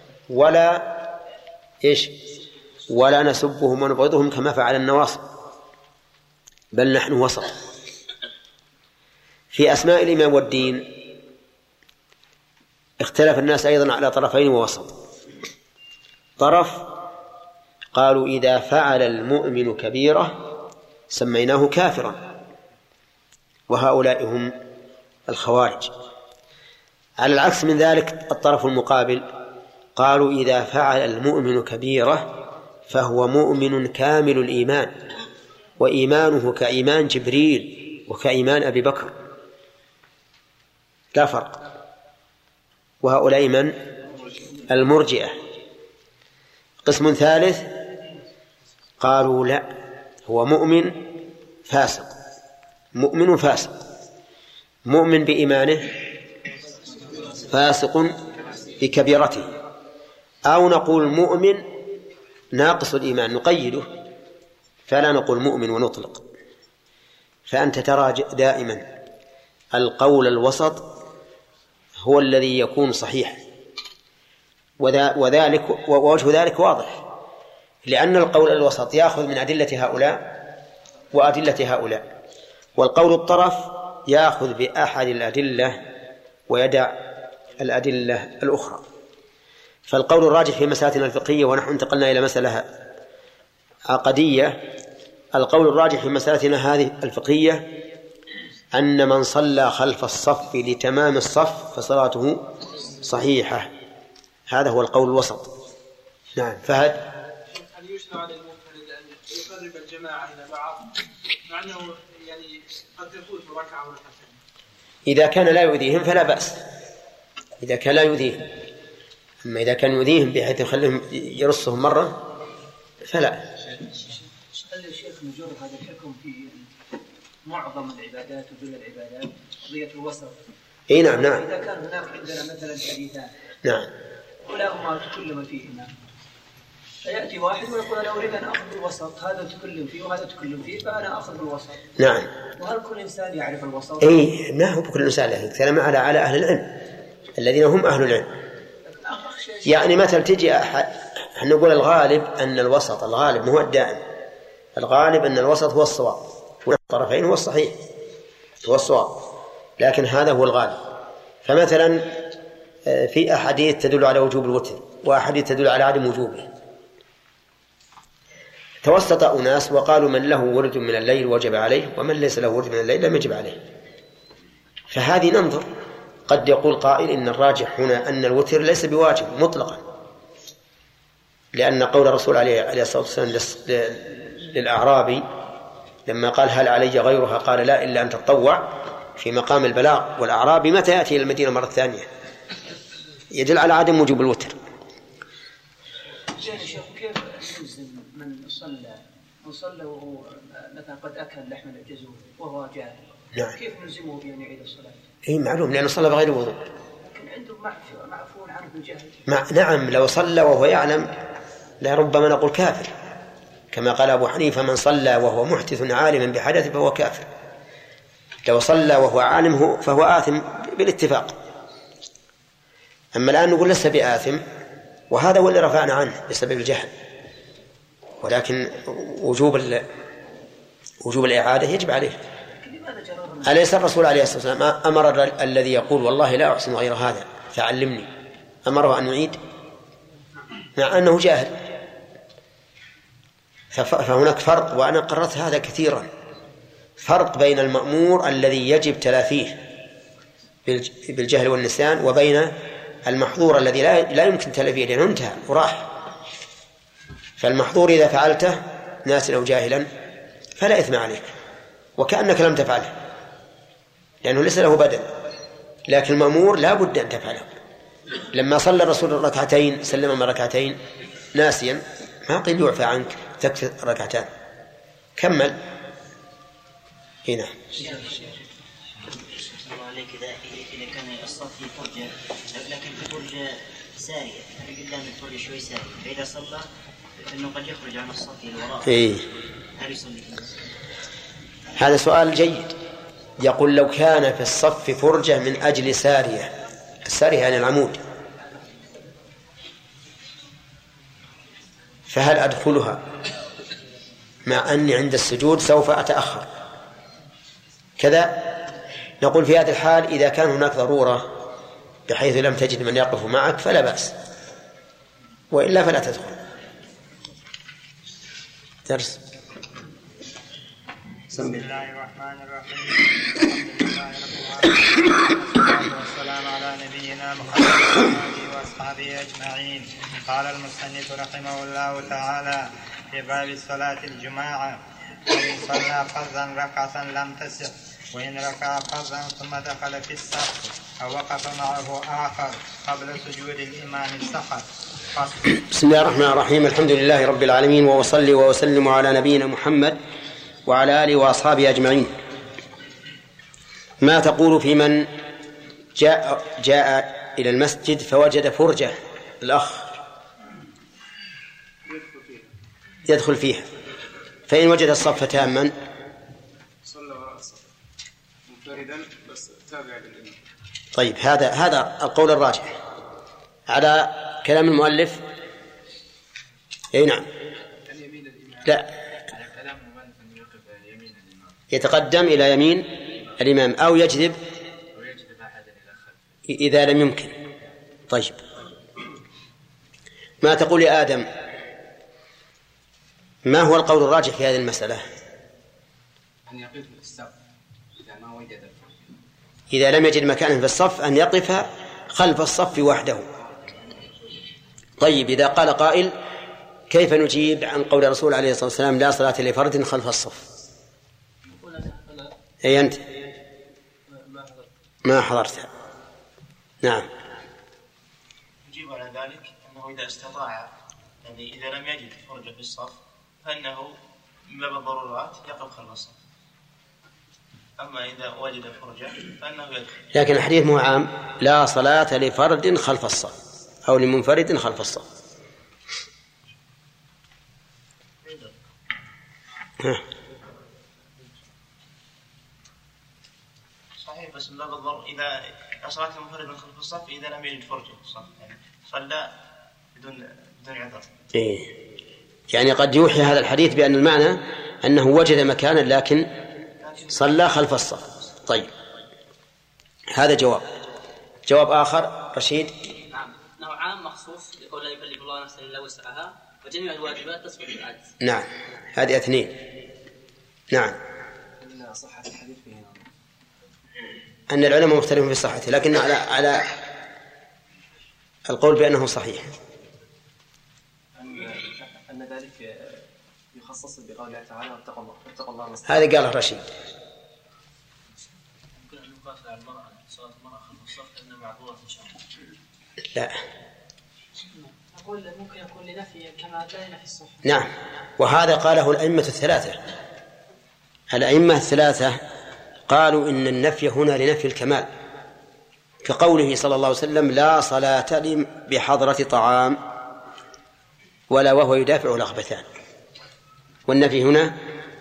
ولا نسبهم ونبغضهم كما فعل النواصب، بل نحن وسط. في أسماء الإيمان والدين اختلف الناس أيضا على طرفين ووسط. طرف قالوا إذا فعل المؤمن كبيرة سميناه كافرا، وهؤلاء هم الخوارج. على العكس من ذلك الطرف المقابل قالوا إذا فعل المؤمن كبيرة فهو مؤمن كامل الإيمان، وإيمانه كإيمان جبريل وكإيمان أبي بكر لا فرق. وهؤلاء من؟ المرجئة. قسم ثالث قالوا لا، هو مؤمن فاسق، مؤمن فاسق، مؤمن بإيمانه فاسق بكبيرته، أو نقول مؤمن ناقص الإيمان نقيده فلا نقول مؤمن ونطلق. فأنت ترى دائما القول الوسط هو الذي يكون صحيح، ووجه ذلك واضح، لأن القول الوسط يأخذ من أدلة هؤلاء وأدلة هؤلاء، والقول الطرف يأخذ بأحد الأدلة ويدع الأدلة الأخرى. فالقول الراجح في مسألتنا الفقهية، ونحن انتقلنا إلى مسألة عقدية، القول الراجح في مسألتنا هذه الفقهية أن من صلى خلف الصف لتمام الصف فصلاته صحيحة. هذا هو القول الوسط. نعم. فهد. هل يشرع للمنفرد أن يقرب الجماعة إلى بعض مع أنه يعني قد تفوت ركعة أو ركعتين؟ إذا كان لا يؤذيهم فلا بأس، إذا كان لا يؤذيهم. أما إذا كان يؤذيهم بحيث يخليهم يرصهم مرة فلا. هل الشيخ نجر هذا الحكم في معظم العبادات وجل العبادات قضية الوسط؟ إيه نعم. إذا كان هناك عندنا مثلا حديثان نعم ولاهما تكلم فيهما فيأتي واحد ويقول أنا أريد أن أخذ بالوسط، هذا تكلم فيه وهذا تكلم فيه فأنا أخذ بالوسط. نعم. وهل كل إنسان يعرف الوسط؟ إيه ما هو بكل إنسان له كلام على أهل العلم الذين هم أهل العلم. يعني مثل تجي نقول الغالب أن الوسط، الغالب مو الدائم، الغالب أن الوسط هو الصواب والطرفين هو الصحيح هو الصواب، لكن هذا هو الغالب. فمثلا في أحاديث تدل على وجوب الوتر وأحاديث تدل على عدم وجوبه، توسط أناس وقالوا من له ورد من الليل وجب عليه ومن ليس له ورد من الليل لم يجب عليه. فهذه ننظر، قد يقول قائل إن الراجح هنا أن الوتر ليس بواجب مطلقا، لأن قول الرسول عليه الصلاة والسلام للأعرابي لما قال هل علي غيرها قال لا إلا أن تتطوع في مقام البلاغ، والأعرابي متى يأتي إلى المدينة مرة ثانية، يدل على عدم وجوب الوتر. شيخ كيف نلزم من صلى وهو مثلا قد أكل لحم الجزور وهو جاهل؟ نعم. كيف نلزمه بأن يعيد الصلاة؟ إيه معلوم لأنه صلى بغير وضوء. لكن عنده معفو عنه بالجهل. نعم لو صلى وهو يعلم لربما نقول كافر، كما قال أبو حنيفة من صلى وهو محدث عالما بحدث فهو كافر. لو صلى وهو عالم فهو آثم بالاتفاق. أما الآن نقول ليس بآثم، وهذا هو اللي رفعنا عنه بسبب الجهل، ولكن وجوب الإعادة يجب عليه. أليس الرسول عليه الصلاة والسلام أمر الذي يقول والله لا أحسن غير هذا فعلمني أمره أن يعيد مع أنه جاهل؟ فهناك فرق، وأنا قررت هذا كثيرا، فرق بين المأمور الذي يجب تلافيه بالجهل والنسيان وبين المحظور الذي لا يمكن تلافيه لأنه انتهى وراح. فالمحظور إذا فعلته ناسا أو جاهلا فلا إثم عليك وكأنك لم تفعله لأنه ليس له بدل، لكن المأمور لا بد أن تفعله. لما صلى الرسول ركعتين سلم من ركعتين ناسيا ما قيل يعفى عنك تكفي ركعتان، كمل. هنا إذا كان الصف في فرجة لكن في فرجة سارية قدام الفرجة شوي سارية، فإذا صلى إنه قد يخرج عن الصف الوراء. إيه. هل يصلي؟ هذا سؤال جيد. يقول لو كان في الصف فرجة من أجل سارية، السارية يعني العمود، فهل أدخلها مع أني عند السجود سوف أتأخر كذا؟ نقول في هذا الحال إذا كان هناك ضرورة بحيث لم تجد من يقف معك فلا بأس، وإلا فلا تدخل. درس. بسم الله الرحمن الرحيم. الحمد لله رب العالمين والسلام على نبينا محمد وآله وأصحابه أجمعين. قال المصنف رحمه الله تعالى في باب صلاة الجماعة: وإن صلى فرضا ركعة لم تصح، وإن ركع فرضا ثم دخل في الصف أو وقف معه آخر قبل سجود الإمام سقط. بسم الله الرحمن الرحيم. الحمد لله رب العالمين، وأصلي وأسلم على نبينا محمد وعلى آله وأصحابه أجمعين. ما تقول في من جاء إلى المسجد فوجد فرجة الأخ يدخل فيها، فإن وجد الصف تاما صلى وراء الصف منفردا بس تابع للإمام. طيب هذا القول الراجح على كلام المؤلف. اي نعم. لا، يتقدم إلى يمين الإمام أو يجذب إذا لم يمكن. طيب ما تقول يا آدم؟ ما هو القول الراجح في هذه المسألة؟ أن يقف في السقف إذا ما إذا لم يجد مكانا في الصف أن يقف خلف الصف وحده. طيب، إذا قال قائل: كيف نجيب عن قول الرسول عليه الصلاة والسلام: لا صلاة لفرد خلف الصف؟ أي أنت ما حضرتها. نعم. نجيب على ذلك أنه إذا استطاع، يعني إذا لم يجد فرجة في الصف، فإنه من باب الضرورات يقف خلف الصف. أما إذا وجد فرجة فإنه يدخل. لكن الحديث مو عام: لا صلاة لفرد خلف الصف أو لمنفرد خلف الصف. صحيح، بس من باب الضرورة إذا صلاة المنفرد خلف الصف إذا لم يجد فرجة في الصف، يعني صلى بدون عذر. يعني قد يوحي هذا الحديث بأن المعنى أنه وجد مكانا لكن صلى خلف الصف. طيب، هذا جواب آخر. رشيد. نعم، أنه عام مخصوص لقول لا يكلف الله نفسا إلا وسعها، وجميع الواجبات تسقط بالعجز. نعم، هذه اثنين. نعم. صحة الحديث فيه أن العلماء مختلفون في صحته، لكن على القول بأنه صحيح. أن ذلك يخصص بقول الله تعالى: واتقوا الله. هذا قاله رشيد. يمكن أن يقاس على المرأة صلاة المرأة خلف الصف أنها معذورة إن شاء الله. لا، أقول ممكن يكون لنفي كما لا ينفي الصف. نعم، وهذا قاله الأئمة الثلاثة. الأئمة الثلاثة قالوا إن النفي هنا لنفي الكمال، كقوله صلى الله عليه وسلم: لا صلاة بحضرة طعام ولا وهو يدافع الأخبثان. والنفي هنا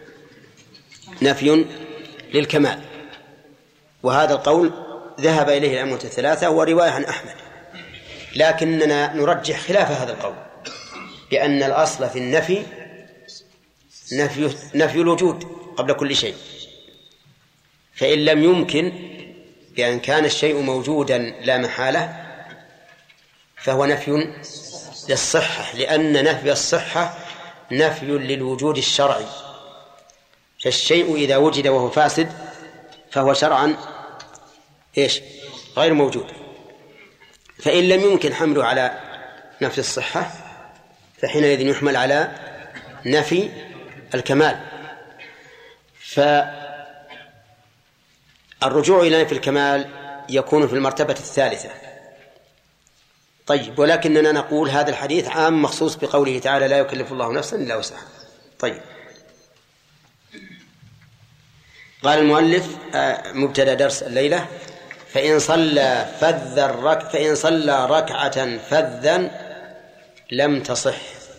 نفي للكمال، وهذا القول ذهب إليه الأئمة الثلاثة ورواية عن أحمد، لكننا نرجح خلاف هذا القول، بأن الأصل في النفي نفي الوجود قبل كل شيء. فإن لم يمكن بأن كان الشيء موجودا لا محالة فهو نفي للصحة، لأن نفي الصحة نفي للوجود الشرعي، فالشيء إذا وجد وهو فاسد فهو شرعا غير موجود. فإن لم يمكن حمله على نفي الصحة فحينئذ يحمل على نفي الكمال. فالرجوع إلى نفي الكمال يكون في المرتبة الثالثة. طيب، ولكننا نقول هذا الحديث عام مخصوص بقوله تعالى: لا يكلف الله نفسا إلا وسعها. طيب، قال المؤلف مبتدأ درس الليلة: فإن صلى ركعة فذا لم تصح.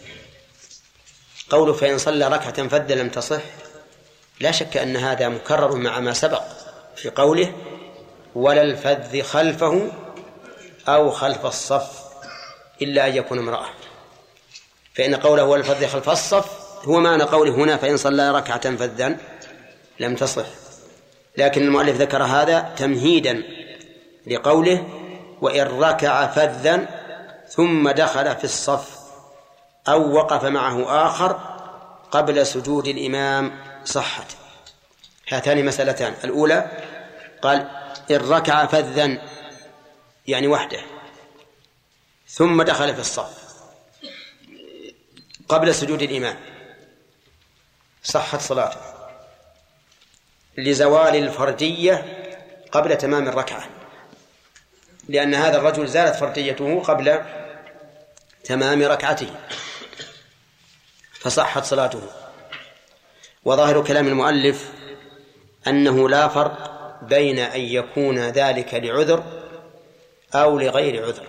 قوله فإن صلى ركعة فذا لم تصح، لا شك أن هذا مكرر مع ما سبق في قوله: ولا الفذ خلفه أو خلف الصف إلا أن يكون امرأة. فإن قوله ولا الفذ خلف الصف هو معنى قوله هنا فإن صلى ركعة فذا لم تصح، لكن المؤلف ذكر هذا تمهيدا لقوله: وإن ركع فذا ثم دخل في الصف أو وقف معه آخر قبل سجود الإمام صحت. هاتان مسألتان: الأولى قال إن ركع فذا يعني وحده ثم دخل في الصف قبل سجود الإمام صحت صلاته لزوال الفردية قبل تمام الركعة، لأن هذا الرجل زالت فرديته قبل تمام ركعته فصحت صلاته. وظاهر كلام المؤلف أنه لا فرق بين أن يكون ذلك لعذر أو لغير عذر،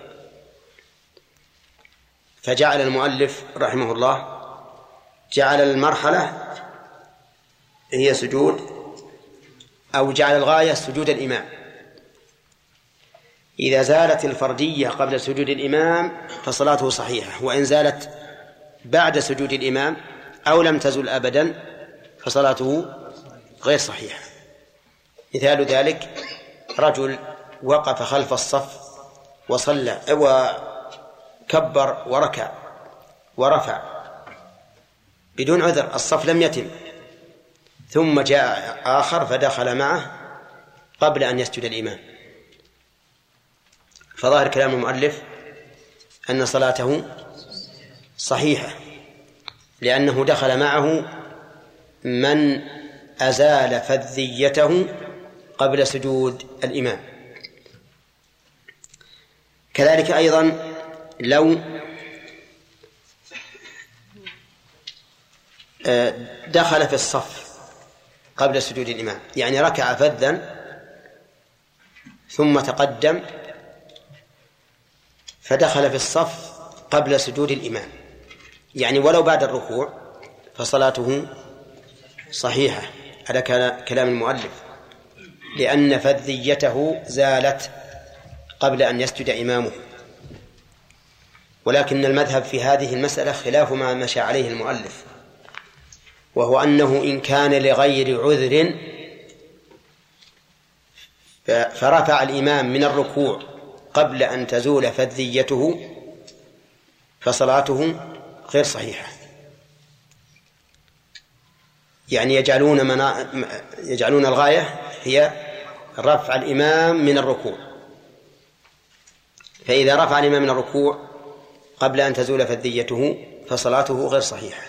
فجعل المؤلف رحمه الله جعل المرحلة هي سجود، أو جعل الغاية سجود الإمام. إذا زالت الفردية قبل سجود الإمام فصلاته صحيحة، وإن زالت بعد سجود الإمام أو لم تزل أبدا فصلاته غير صحيحة. مثال ذلك رجل وقف خلف الصف وصلى وكبر وركع ورفع بدون عذر، الصف لم يتم، ثم جاء آخر فدخل معه قبل أن يسجد الإمام، فظاهر كلام المؤلف أن صلاته صحيحة، لأنه دخل معه من أزال فذيته قبل سجود الإمام. كذلك أيضا لو دخل في الصف قبل سجود الإمام، يعني ركع فذا ثم تقدم فدخل في الصف قبل سجود الإمام، يعني ولو بعد الركوع فصلاته صحيحة على كلام المؤلف، لأن فذيته زالت قبل أن يسجد إمامه. ولكن المذهب في هذه المسألة خلاف ما مشى عليه المؤلف، وهو أنه إن كان لغير عذر فرفع الإمام من الركوع قبل أن تزول فذيته فصلاته غير صحيحة. يعني يجعلون الغاية هي رفع الإمام من الركوع، فإذا رفع الإمام من الركوع قبل أن تزول فذيته فصلاته غير صحيحة،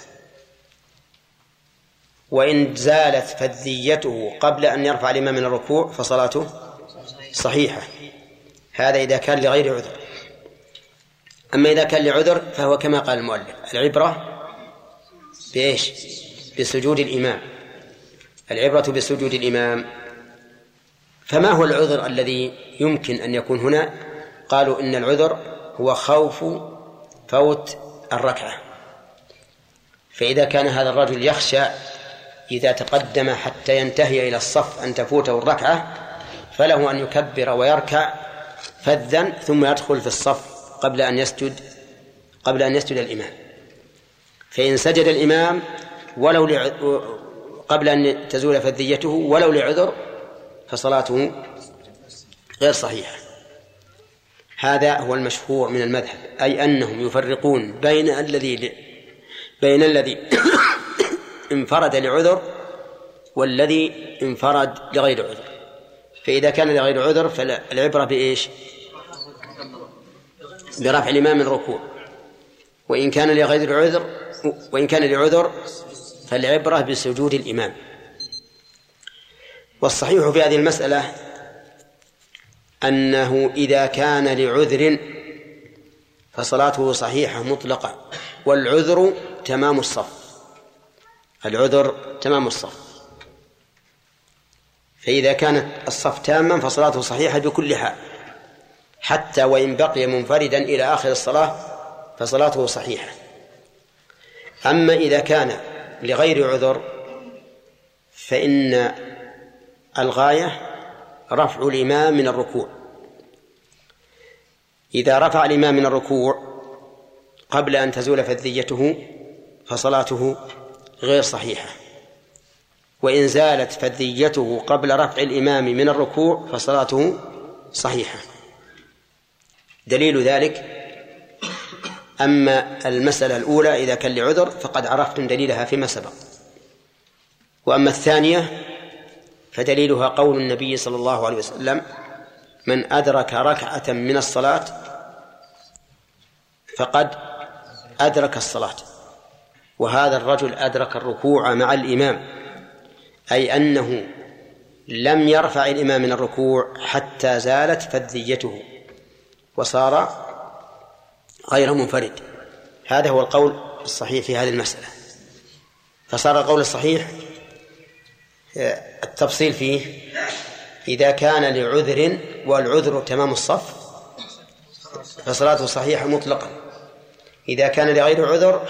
وإن زالت فذيته قبل أن يرفع الإمام من الركوع فصلاته صحيحة. هذا إذا كان لغير عذر. أما إذا كان لعذر فهو كما قال المؤلف: العبرة بإيش؟ بسجود الإمام. العبرة بسجود الإمام. فما هو العذر الذي يمكن أن يكون هنا؟ قالوا إن العذر هو خوف فوت الركعة. فإذا كان هذا الرجل يخشى إذا تقدم حتى ينتهي إلى الصف أن تفوته الركعة، فله أن يكبر ويركع فذا ثم يدخل في الصف قبل أن يسجد الإمام. فإن سجد الإمام قبل أن تزول فذيته ولو لعذر فصلاته غير صحيحة. هذا هو المشهور من المذهب، أي أنهم يفرقون بين الذي انفرد لعذر والذي انفرد لغير عذر. فإذا كان لغير عذر فالعبرة بإيش؟ برفع الإمام من الركوع. وإن كان لعذر فالعبرة بسجود الإمام. والصحيح في هذه المسألة أنه إذا كان لعذر فصلاته صحيحة مطلقة، والعذر تمام الصف. فإذا كانت الصف تاما فصلاته صحيحة بكل حال، حتى وإن بقي منفردا إلى آخر الصلاة فصلاته صحيحة. أما إذا كان لغير عذر فإن الغاية رفع الإمام من الركوع. إذا رفع الإمام من الركوع قبل أن تزول فذيته فصلاته غير صحيحة، وإن زالت فذيته قبل رفع الإمام من الركوع فصلاته صحيحة. دليل ذلك: أما المسألة الأولى إذا كان لعذر فقد عرفتم دليلها فيما سبق، وأما الثانية فدليلها قول النبي صلى الله عليه وسلم: من أدرك ركعة من الصلاة فقد أدرك الصلاة. وهذا الرجل أدرك الركوع مع الإمام، أي أنه لم يرفع الإمام من الركوع حتى زالت فذيته وصار غير منفرد. هذا هو القول الصحيح في هذه المسألة. فصار القول الصحيح التفصيل فيه: إذا كان لعذر والعذر تمام الصف فصلاته صحيحة مطلقا. إذا كان لغير عذر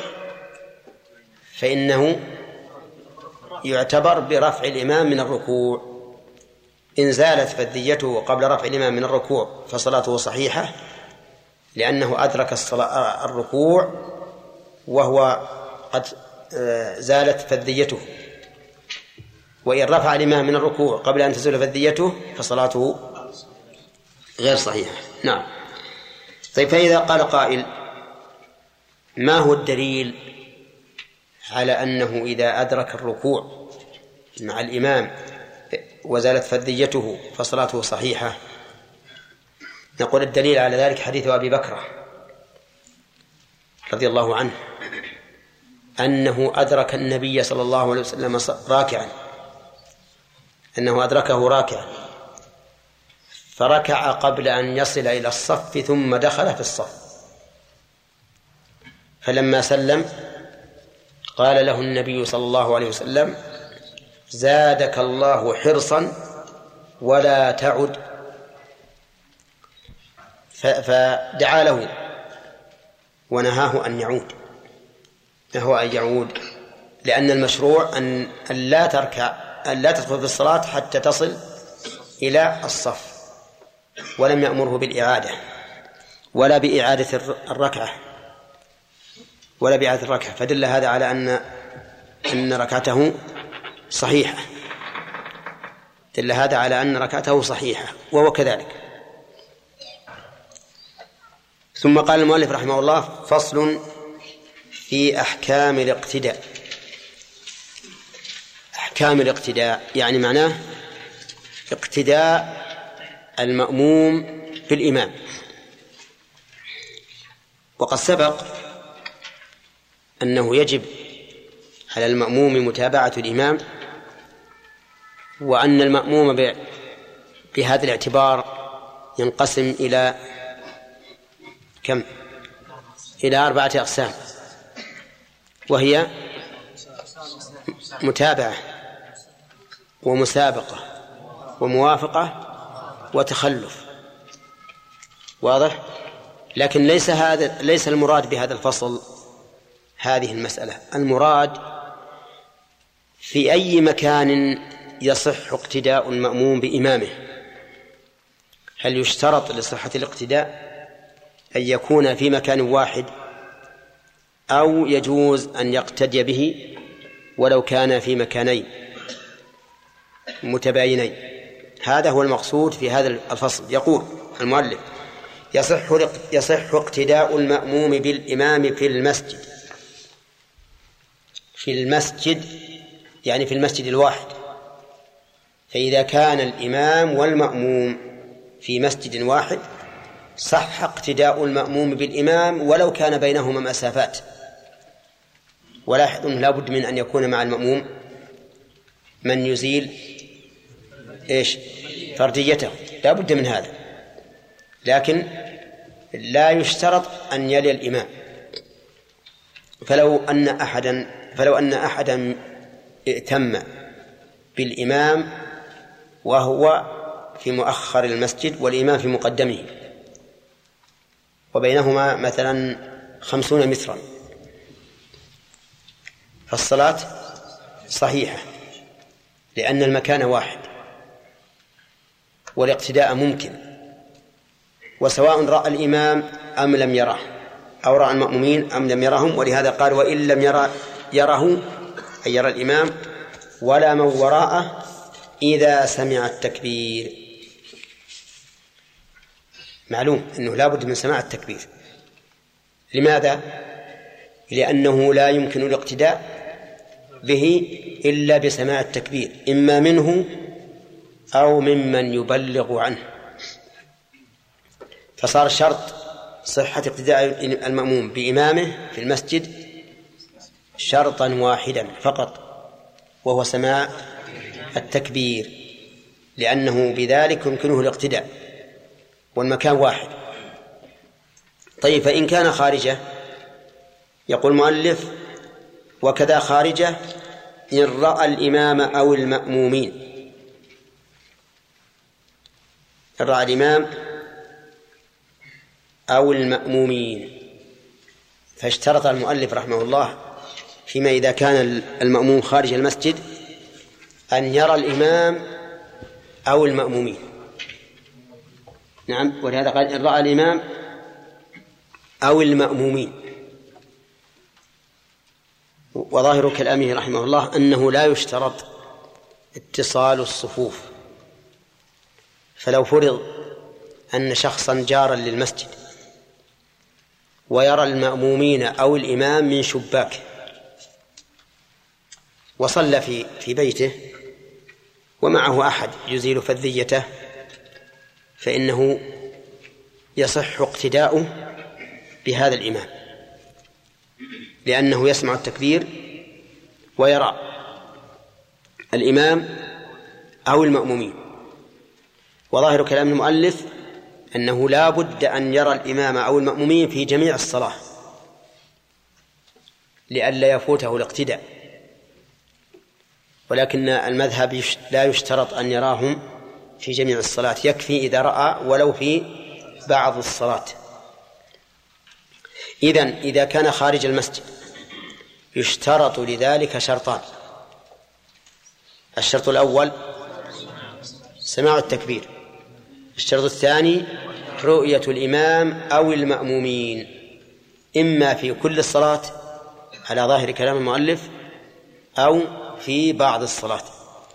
فإنه يعتبر برفع الإمام من الركوع. إن زالت فذيته قبل رفع الإمام من الركوع فصلاته صحيحة، لأنه أدرك الركوع وهو قد زالت فذيته. وإن رفع الإمام من الركوع قبل أن تزول فذيته فصلاته غير صحيحة. نعم. طيب، فإذا قال قائل: ما هو الدليل على أنه إذا أدرك الركوع مع الإمام وزالت فذيته فصلاته صحيحة. نقول الدليل على ذلك حديث أبي بكر رضي الله عنه أنه أدرك النبي صلى الله عليه وسلم راكعا، أنه أدركه راكعا فركع قبل أن يصل إلى الصف ثم دخل في الصف، فلما سلم قال له النبي صلى الله عليه وسلم: زادك الله حرصا ولا تعد. فدعا له ونهاه أن يعود، نهى أن يعود، لأن المشروع أن لا تدخل في الصلاة حتى تصل إلى الصف، ولم يأمره بالإعادة ولا بإعادة الركعة فدل هذا على أن ركعته صحيحة، دل هذا على أن ركعته صحيحة وهو كذلك. ثم قال المؤلف رحمه الله: فصل في أحكام الاقتداء. أحكام الاقتداء يعني معناه اقتداء المأموم بالإمام. وقد سبق أنه يجب على المأموم متابعة الإمام، وأن المأموم بهذا الاعتبار ينقسم إلى كم؟ إلى 4 أقسام، وهي متابعة ومسابقة وموافقة وتخلف. واضح؟ لكن ليس المراد بهذا الفصل هذه المسألة. المراد في أي مكان يصح اقتداء المأموم بإمامه. هل يشترط لصحة الاقتداء أن يكون في مكان واحد، أو يجوز أن يقتدي به ولو كان في مكانين متباينين؟ هذا هو المقصود في هذا الفصل. يقول المؤلف: يصح اقتداء المأموم بالإمام في المسجد يعني في المسجد الواحد. فإذا كان الإمام والمأموم في مسجد واحد صح اقتداء المأموم بالإمام ولو كان بينهما مسافات. ولاحظ أنه لا بد من أن يكون مع المأموم من يزيل فرديته، لا بد من هذا، لكن لا يشترط أن يلي الإمام. فلو أن أحدا ائتم بالإمام وهو في مؤخر المسجد والإمام في مقدمه، وبينهما مثلا 50 مترا، فالصلاة صحيحة لأن المكان واحد والاقتداء ممكن، وسواء رأى الإمام أم لم يره، أو رأى المأمومين أم لم يرهم. ولهذا قال: وإن لم يره أي يرى الإمام ولا من وراءه إذا سمع التكبير. معلوم أنه لا بد من سماع التكبير. لماذا؟ لأنه لا يمكن الاقتداء به إلا بسماع التكبير، إما منه أو ممن يبلغ عنه. فصار شرط صحة اقتداء المأموم بإمامه في المسجد شرطا واحدا فقط، وهو سماع التكبير، لأنه بذلك يمكنه الاقتداء والمكان واحد. طيب، فإن كان خارجه، يقول المؤلف: وكذا خارجه إن رأى الإمام أو المأمومين. إن رأى الإمام أو المأمومين. فاشترط المؤلف رحمه الله فيما إذا كان المأموم خارج المسجد أن يرى الإمام أو المأمومين. نعم، ولهذا قال: إن رأى الإمام أو المأمومين. وظاهر كلامه رحمه الله أنه لا يشترط اتصال الصفوف. فلو فرض أن شخصا جارا للمسجد ويرى المأمومين أو الإمام من شباك، وصلى في بيته ومعه أحد يزيل فذيته فإنه يصح اقتداؤه بهذا الإمام، لأنه يسمع التكبير ويرى الإمام أو المأمومين. وظاهر كلام المؤلف أنه لا بد أن يرى الإمام أو المأمومين في جميع الصلاة لئلا يفوته الاقتداء، ولكن المذهب لا يشترط أن يراهم في جميع الصلاة، يكفي إذا رأى ولو في بعض الصلاة. إذا كان خارج المسجد يشترط لذلك شرطان: الشرط الأول سماع التكبير، الشرط الثاني رؤية الإمام أو المأمومين، إما في كل الصلاة على ظاهر كلام المؤلف أو في بعض الصلاة.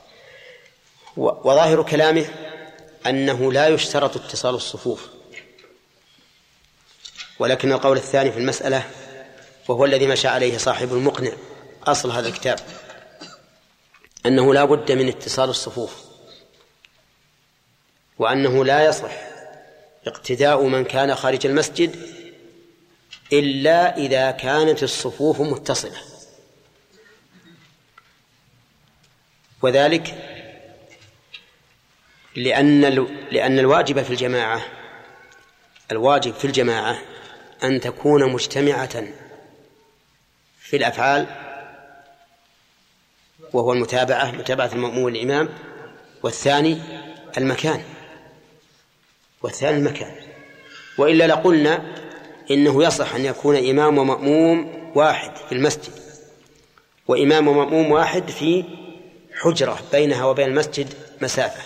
وظاهر كلامه أنه لا يشترط اتصال الصفوف، ولكن القول الثاني في المسألة وهو الذي مشى عليه صاحب المقنع أصل هذا الكتاب أنه لا بد من اتصال الصفوف، وأنه لا يصح اقتداء من كان خارج المسجد إلا إذا كانت الصفوف متصلة، وذلك لأن الواجب في الجماعة أن تكون مجتمعة في الأفعال، وهو متابعة المأموم والإمام، والثاني المكان، وإلا لقلنا إنه يصح أن يكون إمام ومأموم واحد في المسجد، وإمام ومأموم واحد في حجرة بينها وبين المسجد مسافة،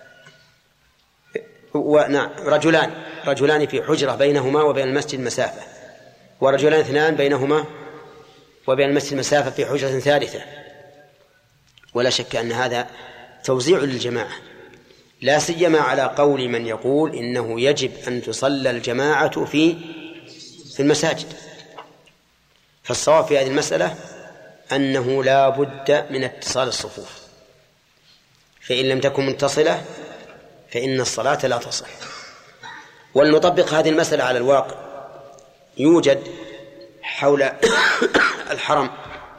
رجلان في حجرة بينهما وبين المسجد مسافة، ورجلان اثنان بينهما وبين المسجد مسافة في حجرة ثالثة. ولا شك أن هذا توزيع للجماعة، لا سيما على قول من يقول إنه يجب أن تصلى الجماعة في المساجد. فالصواب في هذه المسألة أنه لا بد من اتصال الصفوف، فإن لم تكن متصلة فإن الصلاة لا تصح. ولنطبق هذه المسألة على الواقع. يوجد حول الحرم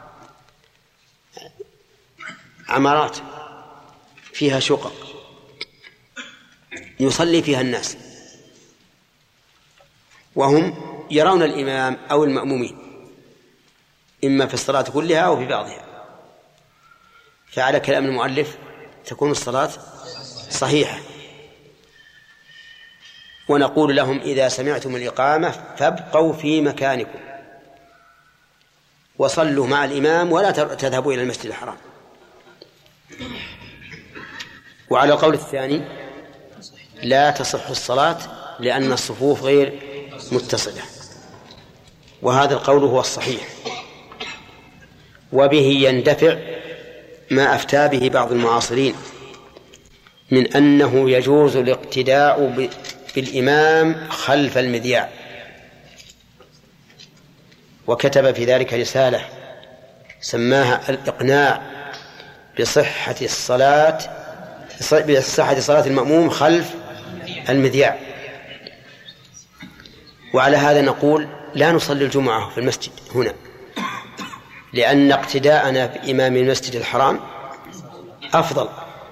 عمارات فيها شقق يصلي فيها الناس، وهم يرون الإمام أو المأمومين إما في الصلاة كلها أو في بعضها، فعلى كلام المؤلف تكون الصلاة صحيحة. ونقول لهم: إذا سمعتم الإقامة فابقوا في مكانكم وصلوا مع الإمام ولا تذهبوا إلى المسجد الحرام. وعلى القول الثاني لا تصح الصلاة لأن الصفوف غير متصلة، وهذا القول هو الصحيح، وبه يندفع ما أفتى به بعض المعاصرين من أنه يجوز الاقتداء بالإمام خلف المذياع، وكتب في ذلك رسالة سماها الإقناع بصحة صلاة المأموم خلف المذياع. وعلى هذا نقول: لا نصلي الجمعة في المسجد هنا، لأن اقتداءنا بإمام المسجد الحرام أفضل.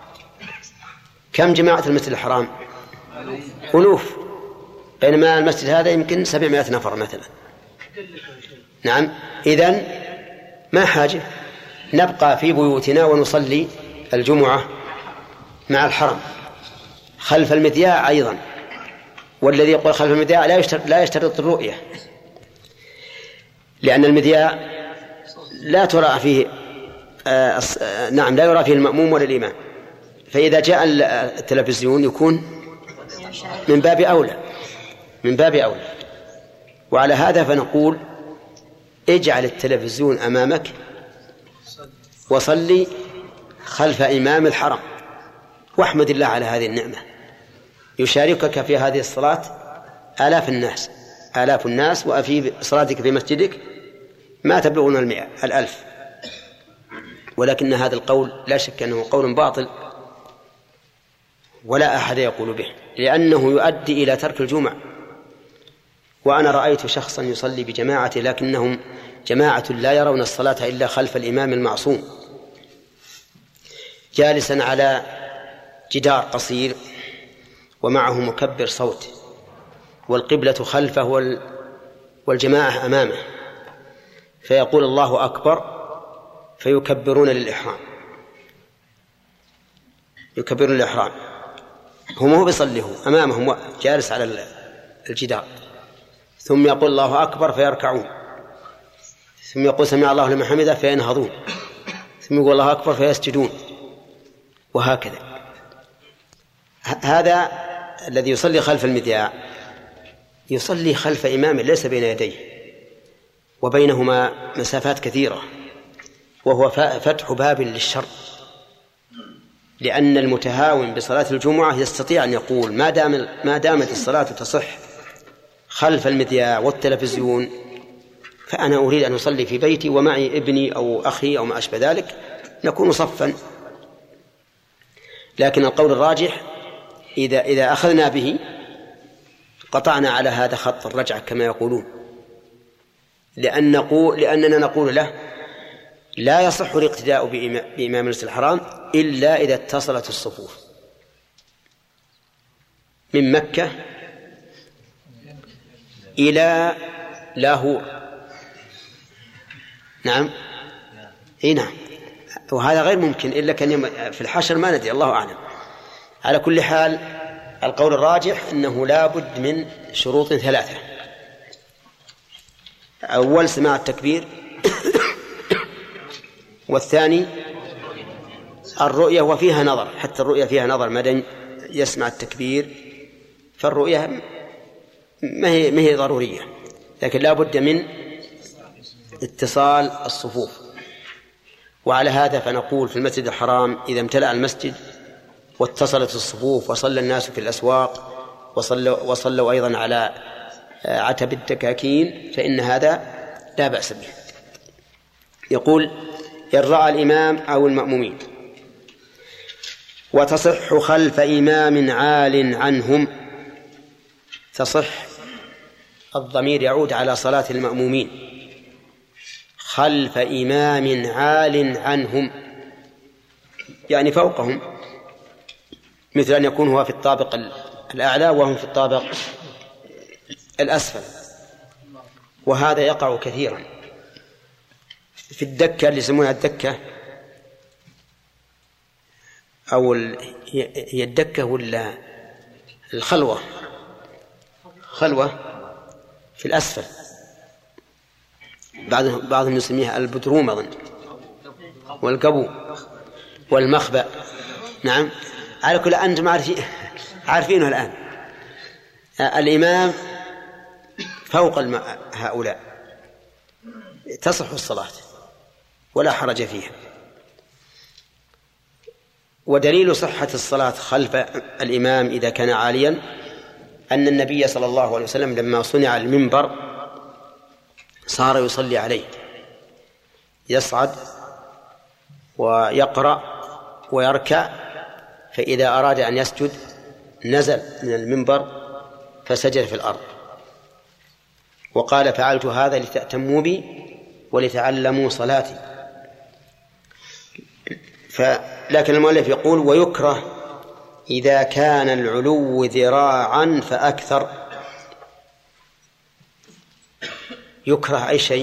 كم جماعة المسجد الحرام؟ ألوف، بينما المسجد هذا يمكن 700 نفر مثلا. نعم، إذن ما حاجة، نبقى في بيوتنا ونصلي الجمعة مع الحرم خلف المذياع أيضا. والذي يقول خلف المذياع لا يشترط الرؤية، لأن المذياع لا ترى فيه لا يرى فيه المأموم ولا الإمام، فإذا جاء التلفزيون يكون من باب أولى. وعلى هذا فنقول: اجعل التلفزيون أمامك وصلي خلف إمام الحرم، واحمد الله على هذه النعمة. يشاركك في هذه الصلاة آلاف الناس، وفي صلاتك في مسجدك ما تبلغون 100,000. ولكن هذا القول لا شك أنه قول باطل، ولا أحد يقول به، لأنه يؤدي إلى ترك الجمعة. وأنا رأيت شخصا يصلي بجماعة لكنهم جماعة لا يرون الصلاة إلا خلف الإمام المعصوم، جالسا على جدار قصير ومعه مكبر صوت، والقبلة خلفه والجماعة أمامه، فيقول الله أكبر فيكبرون للإحرام، يكبرون للإحرام، هم هو بيصلي هو أمامهم جالس على الجدار، ثم يقول الله أكبر فيركعون، ثم يقول سمع الله لمن حمده فينهضون، ثم يقول الله أكبر فيسجدون، وهكذا. هذا الذي يصلي خلف المذياع يصلي خلف إمام ليس بين يديه وبينهما مسافات كثيرة، وهو فتح باب للشر، لأن المتهاون بصلاة الجمعة يستطيع أن يقول ما دامت الصلاة تصح خلف المذياع والتلفزيون فأنا أريد أن أصلي في بيتي ومعي ابني أو أخي أو ما أشبه ذلك، نكون صفا. لكن القول الراجح إذا أخذنا به قطعنا على هذا خط الرجعة كما يقولون، لأننا نقول له لا يصح الاقتداء بإمام المسجد الحرام إلا إذا اتصلت الصفوف من مكة إلى لاهور. نعم، نعم، وهذا غير ممكن إلا كان في الحشر، ما ندري، الله أعلم. على كل حال القول الراجح أنه لا بد من شروط 3: أول سماع التكبير، والثاني الرؤية وفيها نظر، حتى الرؤية فيها نظر، ما دام يسمع التكبير فالرؤية ما هي ضرورية، لكن لا بد من اتصال الصفوف. وعلى هذا فنقول في المسجد الحرام إذا امتلأ المسجد واتصلت الصفوف وصلى الناس في الأسواق وصلوا أيضا على عتب الدكاكين فإن هذا لا بأس به. يقول إن رأى الإمام أو المأمومين. وتصح خلف إمام عال عنهم، تصح الضمير يعود على صلاة المأمومين، خلف إمام عال عنهم يعني فوقهم، مثل أن يكون هو في الطابق الأعلى وهم في الطابق الأسفل، وهذا يقع كثيرا في الدكة اللي يسمونها الدكة أو هي الدكة ولا الخلوة، خلوة في الأسفل، بعضهم يسميها البدروم أظن، والقبو والمخبأ. نعم، على كل أنتم عارفينه الآن. الإمام فوق هؤلاء تصح الصلاة ولا حرج فيها. ودليل صحة الصلاة خلف الإمام إذا كان عاليا أن النبي صلى الله عليه وسلم لما صنع المنبر صار يصلي عليه، يصعد ويقرأ ويركع، فإذا أراد أن يسجد نزل من المنبر فسجد في الأرض، وقال فعلت هذا لتأتموا بي ولتعلموا صلاتي. لكن المؤلف يقول ويكره إذا كان العلو ذراعا فأكثر. يكره أي شيء؟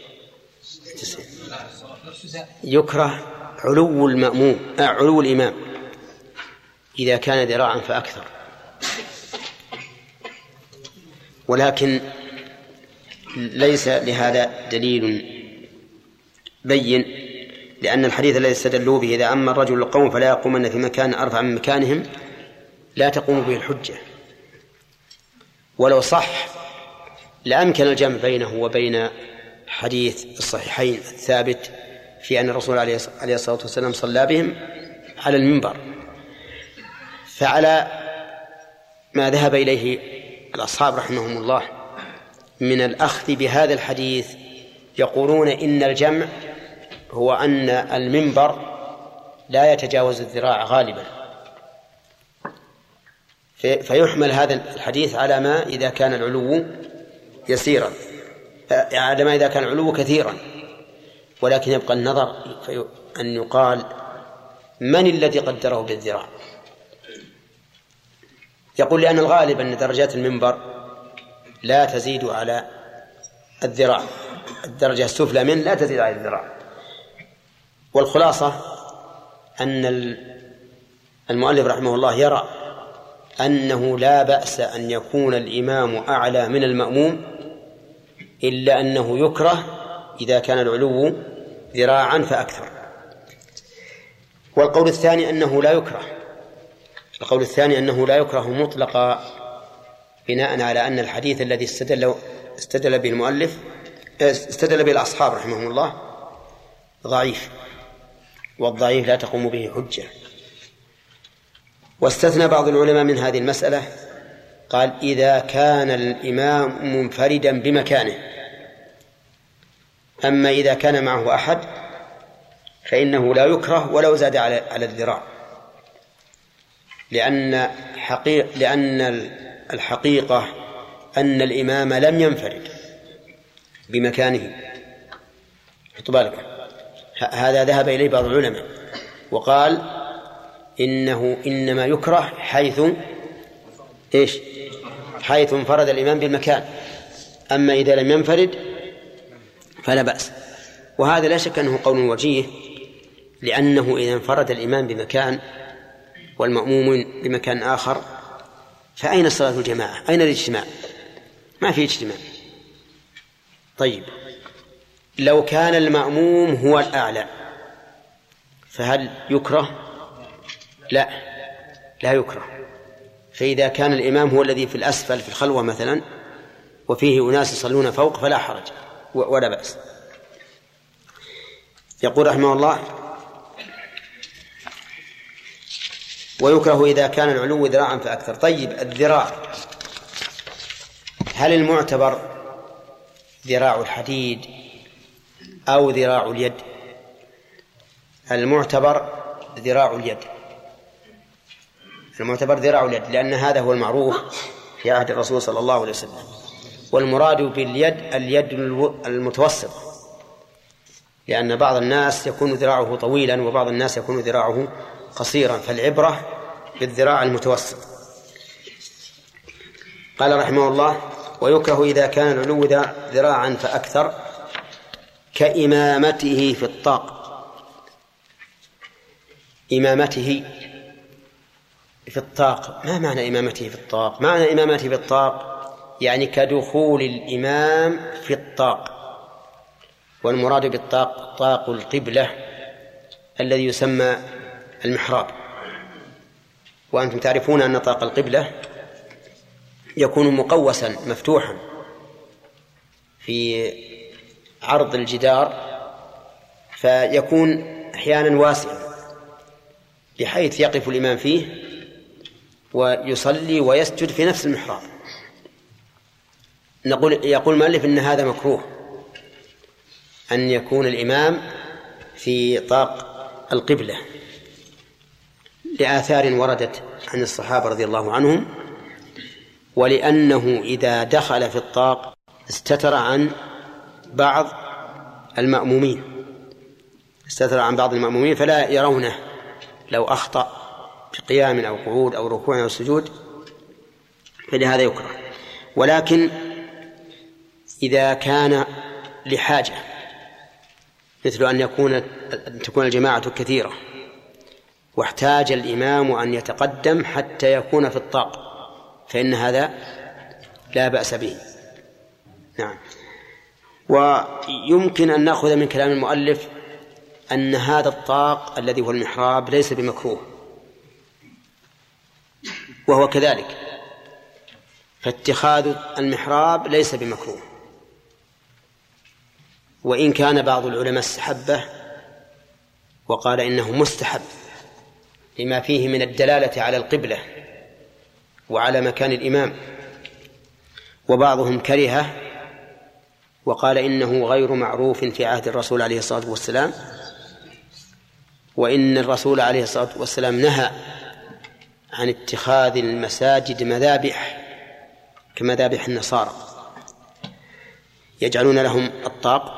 يكره علو المأموم علو الإمام إذا كان ذراعا فأكثر، ولكن ليس لهذا دليل بين، لأن الحديث الذي استدلوا به إذا أما الرجل القوم فلا يقومن في مكان أرفع من مكانهم لا تقوم به الحجة. ولو صح لأمكن الجمع بينه وبين حديث الصحيحين الثابت في أن الرسول عليه الصلاة والسلام صلى بهم على المنبر. فعلى ما ذهب إليه الأصحاب رحمهم الله من الأخذ بهذا الحديث يقولون إن الجمع هو أن المنبر لا يتجاوز الذراع غالبا، فيحمل هذا الحديث على ما إذا كان العلو يسيرا، على ما إذا كان العلو كثيرا. ولكن يبقى النظر أن يقال من الذي قدره بالذراع. يقول لأن الغالب أن درجات المنبر لا تزيد على الذراع، الدرجة السفلى منه لا تزيد على الذراع. والخلاصة أن المؤلف رحمه الله يرى أنه لا بأس أن يكون الإمام أعلى من المأموم، إلا أنه يكره إذا كان العلو ذراعا فأكثر. والقول الثاني أنه لا يكره، القول الثاني أنه لا يكره مطلقا، بناء على أن الحديث الذي استدل به المؤلف استدل به الأصحاب رحمهم الله ضعيف، والضعيف لا تقوم به حجة. واستثنى بعض العلماء من هذه المسألة، قال إذا كان الإمام منفردا بمكانه، أما إذا كان معه أحد فإنه لا يكره ولو زاد على الذراع، لأن الحقيقة أن الإمام لم ينفرد بمكانه. حطوا بالكم، هذا ذهب إليه بعض العلماء وقال إنه إنما يكره حيث انفرد الإمام بالمكان، أما إذا لم ينفرد فلا بأس. وهذا لا شك أنه قول وجيه، لأنه إذا انفرد الإمام بمكان والمأموم بمكان آخر فأين صلاة الجماعة؟ أين الاجتماع؟ ما في اجتماع. طيب لو كان المأموم هو الأعلى فهل يكره؟ لا يكره. فإذا كان الإمام هو الذي في الأسفل في الخلوة مثلا وفيه أناس يصلون فوق فلا حرج ولا بأس. يقول رحمه الله ويكره إذا كان العلو ذراعا فأكثر. طيب الذراع، هل المعتبر ذراع الحديد أو ذراع اليد؟ المعتبر ذراع اليد، المعتبر ذراع اليد، لأن هذا هو المعروف في عهد الرسول صلى الله عليه وسلم. والمراد باليد اليد المتوسط، لأن بعض الناس يكون ذراعه طويلا وبعض الناس يكون ذراعه قصيرا، فالعبرة بالذراع المتوسط. قال رحمه الله ويكره إذا كان العلو ذراعا فأكثر كإمامته في الطاق. إمامته في الطاق، ما معنى إمامته في الطاق؟ معنى إمامته في الطاق يعني كدخول الإمام في الطاق، والمراد بالطاق طاق القبلة الذي يسمى المحراب. وأنتم تعرفون أن طاق القبلة يكون مقوسا مفتوحا في عرض الجدار، فيكون أحيانا واسعا بحيث يقف الإمام فيه ويصلي ويسجد في نفس المحراب. يقول المؤلف إن هذا مكروه، أن يكون الإمام في طاق القبلة لآثار وردت عن الصحابة رضي الله عنهم، ولأنه إذا دخل في الطاق استتر عن بعض المأمومين فلا يرونه لو أخطأ بقيام أو قعود أو ركوع أو سجود، فلهذا يكره. ولكن إذا كان لحاجة، مثل أن تكون الجماعة كثيرة واحتاج الإمام أن يتقدم حتى يكون في الطاق، فإن هذا لا بأس به. نعم. ويمكن أن نأخذ من كلام المؤلف أن هذا الطاق الذي هو المحراب ليس بمكروه، وهو كذلك، فاتخاذ المحراب ليس بمكروه. وإن كان بعض العلماء استحبه وقال إنه مستحب لما فيه من الدلالة على القبلة وعلى مكان الإمام، وبعضهم كرهه وقال إنه غير معروف في عهد الرسول عليه الصلاة والسلام، وإن الرسول عليه الصلاة والسلام نهى عن اتخاذ المساجد مذابح كمذابح النصارى، يجعلون لهم الطاق،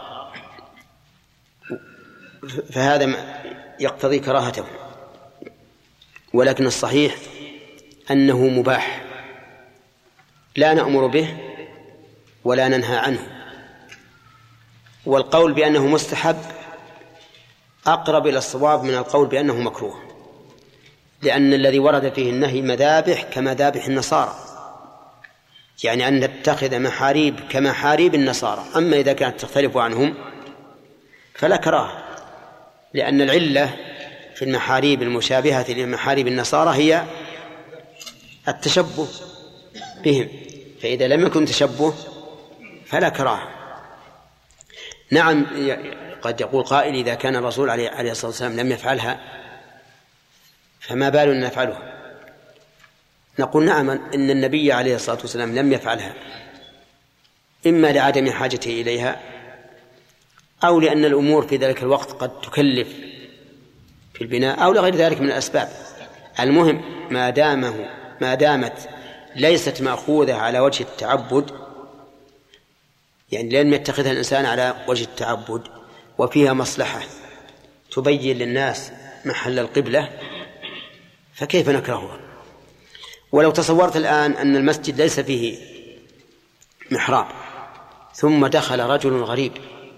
فهذا يقتضي كراهته، ولكن الصحيح أنه مباح لا نأمر به ولا ننهى عنه، والقول بأنه مستحب أقرب إلى الصواب من القول بأنه مكروه، لأن الذي ورد فيه النهي مذابح كمذابح النصارى، يعني أن نتخذ محاريب كمحاريب النصارى. أما إذا كانت تختلف عنهم فلا كراهة، لأن العلة في المحاريب المشابهة لمحاريب النصارى هي التشبه بهم، فإذا لم يكن تشبه فلا كراهة. نعم، قد يقول قائل إذا كان الرسول عليه الصلاة والسلام لم يفعلها فما بال نفعلها؟ نقول نعم، إن النبي عليه الصلاة والسلام لم يفعلها، إما لعدم حاجته إليها أو لأن الأمور في ذلك الوقت قد تكلف في البناء أو لغير ذلك من الأسباب. المهم ما دامت ليست مأخوذة على وجه التعبد، يعني لم يتخذها الإنسان على وجه التعبد وفيها مصلحة تبين للناس محل القبلة، فكيف نكرهها؟ ولو تصورت الآن أن المسجد ليس فيه محراب ثم دخل رجل غريب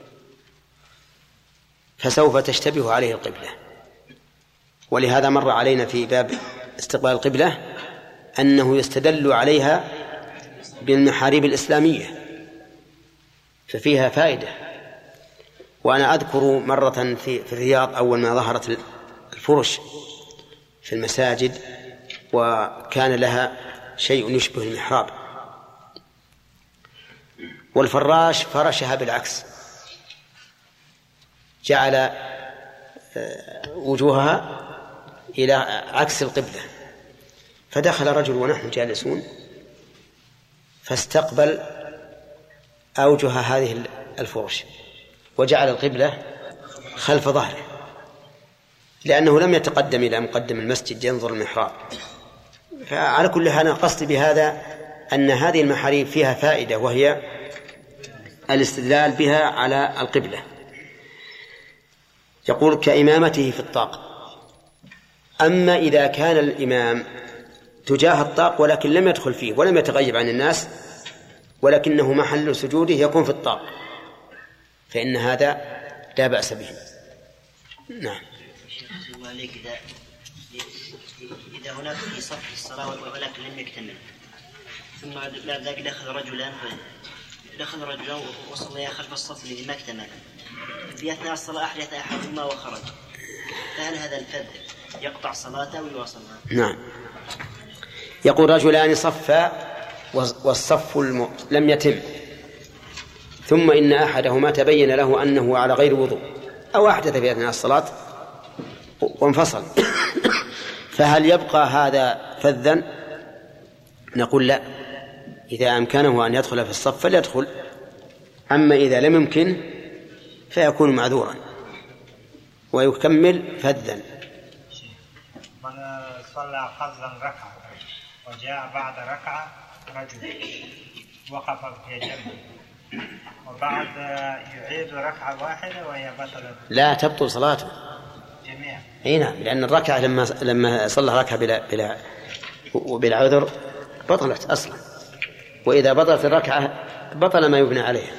فسوف تشتبه عليه القبلة، ولهذا مر علينا في باب استقبال القبلة أنه يستدل عليها بالمحاريب الإسلامية ففيها فائدة. وأنا أذكر مرة في الرياض أول ما ظهرت الفرش في المساجد وكان لها شيء يشبه المحراب، والفراش فرشها بالعكس، جعل وجوهها إلى عكس القبلة، فدخل رجل ونحن جالسون فاستقبل أوجه هذه الفرش وجعل القبلة خلف ظهره، لأنه لم يتقدم إلى مقدم المسجد ينظر المحراب. فعلى كل حال قصدي بهذا أن هذه المحاريب فيها فائدة، وهي الاستدلال بها على القبلة. يقول كإمامته في الطاق. أما إذا كان الإمام تجاه الطاق ولكن لم يدخل فيه ولم يتغيب عن الناس ولكنه محل سجوده يكون في الطاق فإن هذا لا بأس به. نعم. إذا هناك في صف الصلاة ولكن لم يكتمل ثم بعد ذلك دخل رجلان وصليا خلف الصف الذي ما اكتمل، في أثناء الصلاة أحدث أحدهما وخرج، فهل هذا الفذ يقطع صلاته ويواصلها؟ نعم. يقول رجلان صفا والصف لم يتم، ثم إن أحدهما تبين له أنه على غير وضوء أو أحدث في أثناء الصلاة وانفصل، فهل يبقى هذا فذا؟ نقول لا، إذا أمكنه أن يدخل في الصف فليدخل، أما إذا لم يمكن فيكون معذورا ويكمل فذا. من صلى فضلا ركعة وجاء بعد ركعة رجل وقف في جنبه وبعد يعيد ركعة واحدة وهي بطلت، لا تبطل صلاته جميعا. نعم، لأن الركعة لما صلى ركعة بلا عذر بطلت أصلا، وإذا بطلت الركعة بطل ما يبنى عليه.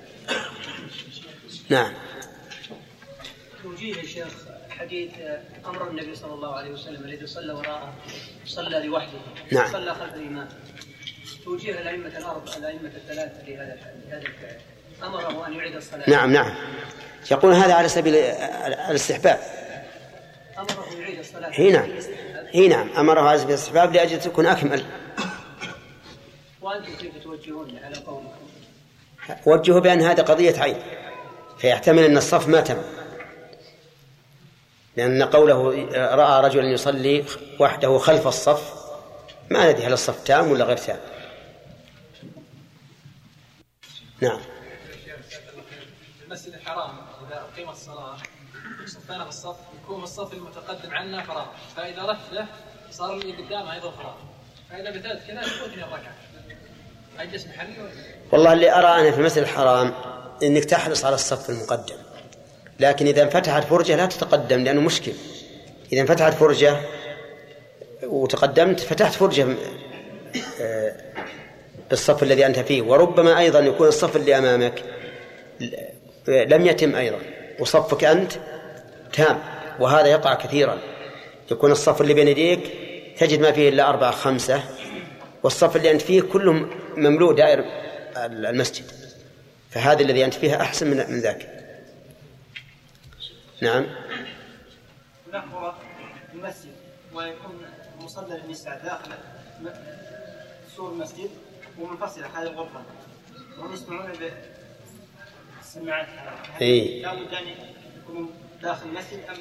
نعم. توجيه الشيخ حديث أمر النبي صلى الله عليه وسلم الذي صلى وراءه صلى لوحده، نعم. صلى خلف الإمام، توجيه الأئمة الأئمة الثلاثة لهذا الفعل، أمره أن يعيد الصلاة. نعم. يقول هذا على سبيل الاستحباب. أمره يعيد الصلاة. نعم أمره على سبيل الاستحباب لأجل تكون أكمل. وأنتم كيف توجهون على قولكم؟ وجهوا بأن هذا قضية عين، فيحتمل أن الصف ما تم، لأن قوله رأى رجلا يصلي وحده خلف الصف ما ندري هل الصف تام ولا غير تام. نعم. المسجد الحرام إذا أقيم الصلاة صفنا في الصف يكون الصف المتقدم عنا فراغ، فإذا رحت له صار اللي قدام أيضا خلاص، فإذا بثلث كذا تفوتني الركعة. أجلس محلي والله اللي أرى أنا في المسجد الحرام إنك تحرص على الصف المقدم، لكن إذا انفتحت فرجة لا تتقدم لأنه مشكل. إذا انفتحت فرجة وتقدمت فتحت فرجة بالصف الذي أنت فيه، وربما أيضا يكون الصف اللي أمامك لم يتم أيضا وصفك أنت تام، وهذا يقع كثيرا. يكون الصف اللي بين يديك تجد ما فيه إلا 4 5، والصف اللي أنت فيه كله مملوء دائر المسجد، فهذا الذي أنت فيها أحسن من ذاك. نعم. هناك غرف في المسجد ويكون مصلى النساء داخل سور المسجد ومنفصلة هذه الغرفة وهم يسمعون بالسماعات. لا بد أن يكونوا داخل المسجد أم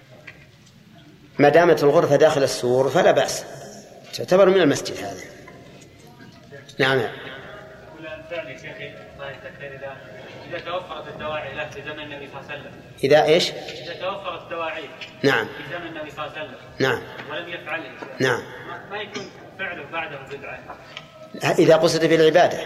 ما دامت الغرفة داخل السور فلا بأس، تعتبر من المسجد هذا. نعم. فعلا شيخي الله يذكر إذا توفرت الدواعي له في زمن النبي صلى الله عليه وسلم. إذا إيش؟ إذا توفرت الدواعي. نعم. في زمن النبي صلى الله عليه وسلم. نعم. ولم يفعله. نعم. ما يكون فعله بعده بدعة. إذا قصد به العبادة،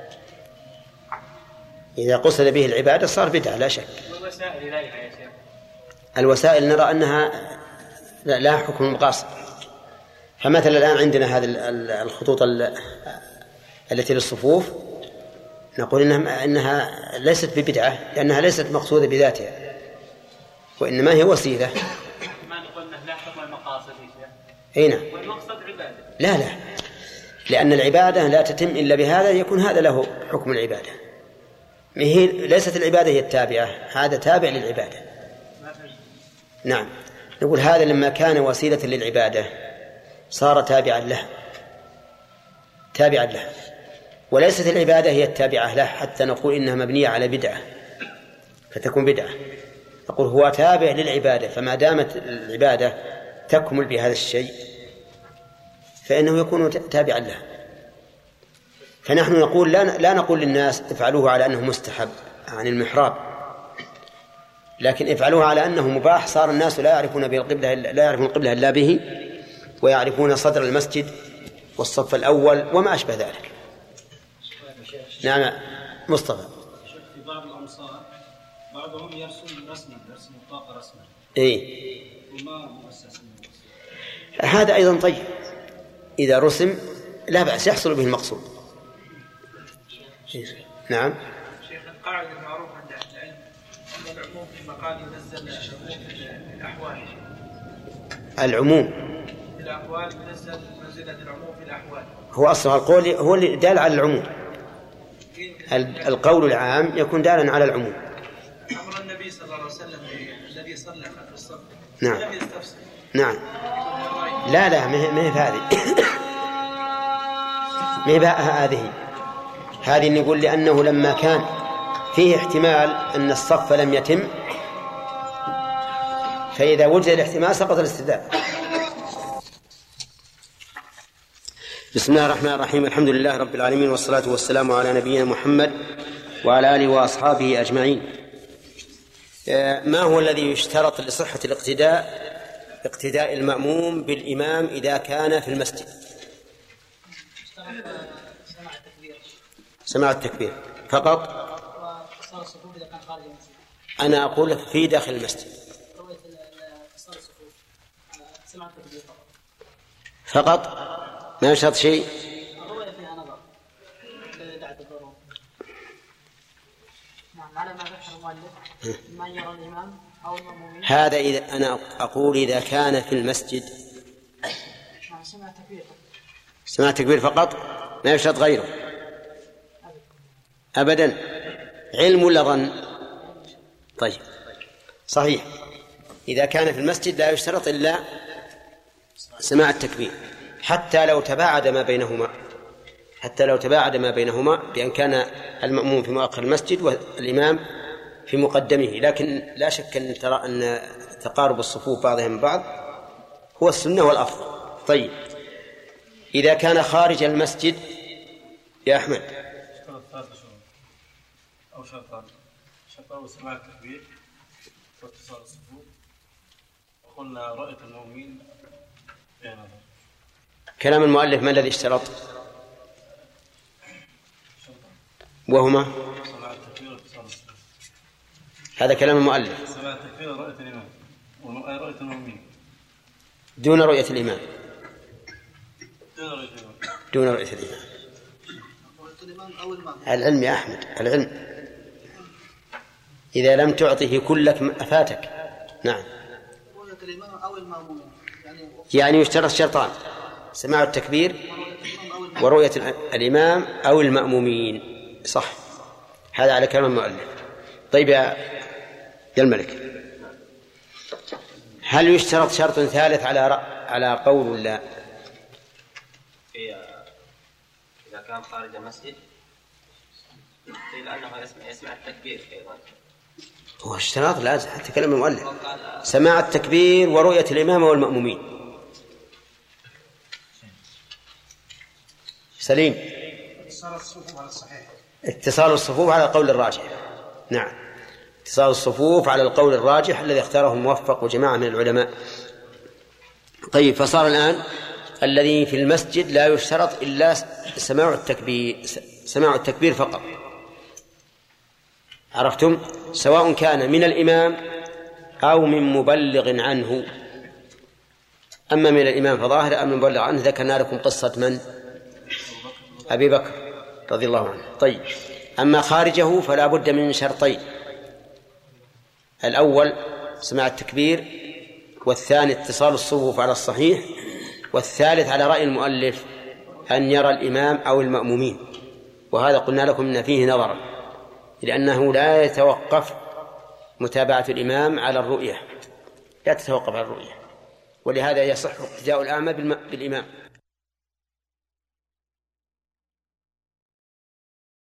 إذا قصد به العبادة صار بدعة لا شك. والوسائل إليها يا شيخ. الوسائل نرى أنها لا حكم مقاصد. فمثلا الآن عندنا هذه الخطوط التي للصفوف نقول إنها ليست ببدعة لأنها ليست مقصودة بذاتها، وإنما هي وسيلة. ما نقول أنه لا حكم المقاصد أي نعم. والمقصد عبادة. لا لأن العبادة لا تتم إلا بهذا، يكون هذا له حكم العبادة. هي ليست العبادة هي التابعة، هذا تابع للعبادة. نعم. نقول هذا لما كان وسيلة للعبادة صار تابعا له، وليست العبادة هي التابعة له حتى نقول إنها مبنية على بدعة فتكون بدعة. نقول هو تابع للعبادة، فما دامت العبادة تكمل بهذا الشيء فإنه يكون تابعا له. فنحن نقول لا نقول للناس افعلوه على أنه مستحب عن المحراب، لكن افعلوه على أنه مباح. صار الناس لا يعرفون القبلة إلا به، ويعرفون صدر المسجد والصف الأول وما أشبه ذلك. نعم مصطفى. في بعض الأمصار بعضهم يرسم بطاقة رسمة. وما مؤسس. هذا أيضا طيب، إذا رسم لا بأس يحصل به المقصود. نعم. شيخ القاعدة المعروفة عند أهل العلم أن العموم في مقال ينزل في الأحوال. العموم في الأحوال ينزل منزلة العموم في الأحوال. هو أصلها القول هو اللي دال على العموم. القول العام يكون دالا على العموم. أمر النبي صلى الله عليه وسلم الذي صلى خلف الصف. نعم. لم يستفسر. نعم. لا ما هي هذه نقول لأنه لما كان فيه احتمال أن الصف لم يتم، فإذا وجد الاحتمال سقط الاستدلال. بسم الله الرحمن الرحيم. الحمد لله رب العالمين، والصلاة والسلام على نبينا محمد وعلى آله وأصحابه أجمعين. ما هو الذي يشترط لصحة اقتداء المأموم بالإمام إذا كان في المسجد؟ سماع التكبير فقط. أنا أقول في داخل المسجد فقط، ما يشترط شيء. هذا إذا أنا أقول إذا كان في المسجد سماع التكبير فقط، ما يشترط غيره أبدا. علم ولا ظن؟ طيب صحيح، إذا كان في المسجد لا يشترط إلا سماع التكبير حتى لو تباعد ما بينهما بأن كان المأموم في مؤخر المسجد والإمام في مقدمه. لكن لا شك أن تقارب الصفوف بعضها من بعض هو السنة والأفضل. طيب إذا كان خارج المسجد يا أحمد أو شرطان سماع التكبير واتصال الصفوف، وقلنا رؤية المؤمنين كلام المؤلف ما الذي اشترط؟ وهما هذا كلام المؤلف سماع التكبير ورؤية الإمام ورؤية المؤمنين دون رؤية الإمام دون رؤية الإمام. العلم يا أحمد، العلم إذا لم تعطه كلك أفاتك. نعم. رؤية الإمام أو المأمومين يعني يشترط شرطان: سماع التكبير ورؤية الإمام أو المأمومين. صح، هذا على كلام المؤلف. طيب يا الملك، هل يشترط شرط ثالث على قول لا؟ إذا كان خارج المسجد قيل أنه يسمع التكبير أيضا. هو اشتراط لازم حتى كلام المؤلف: سماع التكبير ورؤية الإمام والمأمومين. سليم. اتصال الصفوف على القول الراجح. نعم، اتصال الصفوف على القول الراجح الذي اختاره الموفق وجماعة من العلماء. طيب، فصار الآن الذي في المسجد لا يشترط إلا سماع التكبير فقط. عرفتم؟ سواء كان من الإمام أو من مبلغ عنه. أما من الإمام فظاهر، أما من مبلغ عنه ذكرنا لكم قصة من؟ أبي بكر رضي الله عنه. طيب، أما خارجه فلا بد من شرطين: الأول سماع التكبير، والثاني اتصال الصفوف على الصحيح، والثالث على رأي المؤلف أن يرى الإمام أو المأمومين. وهذا قلنا لكم إن فيه نظرا، لأنه لا يتوقف متابعة الإمام على الرؤية، لا تتوقف على الرؤية، ولهذا يصح اقتداء الأعمى بالإمام.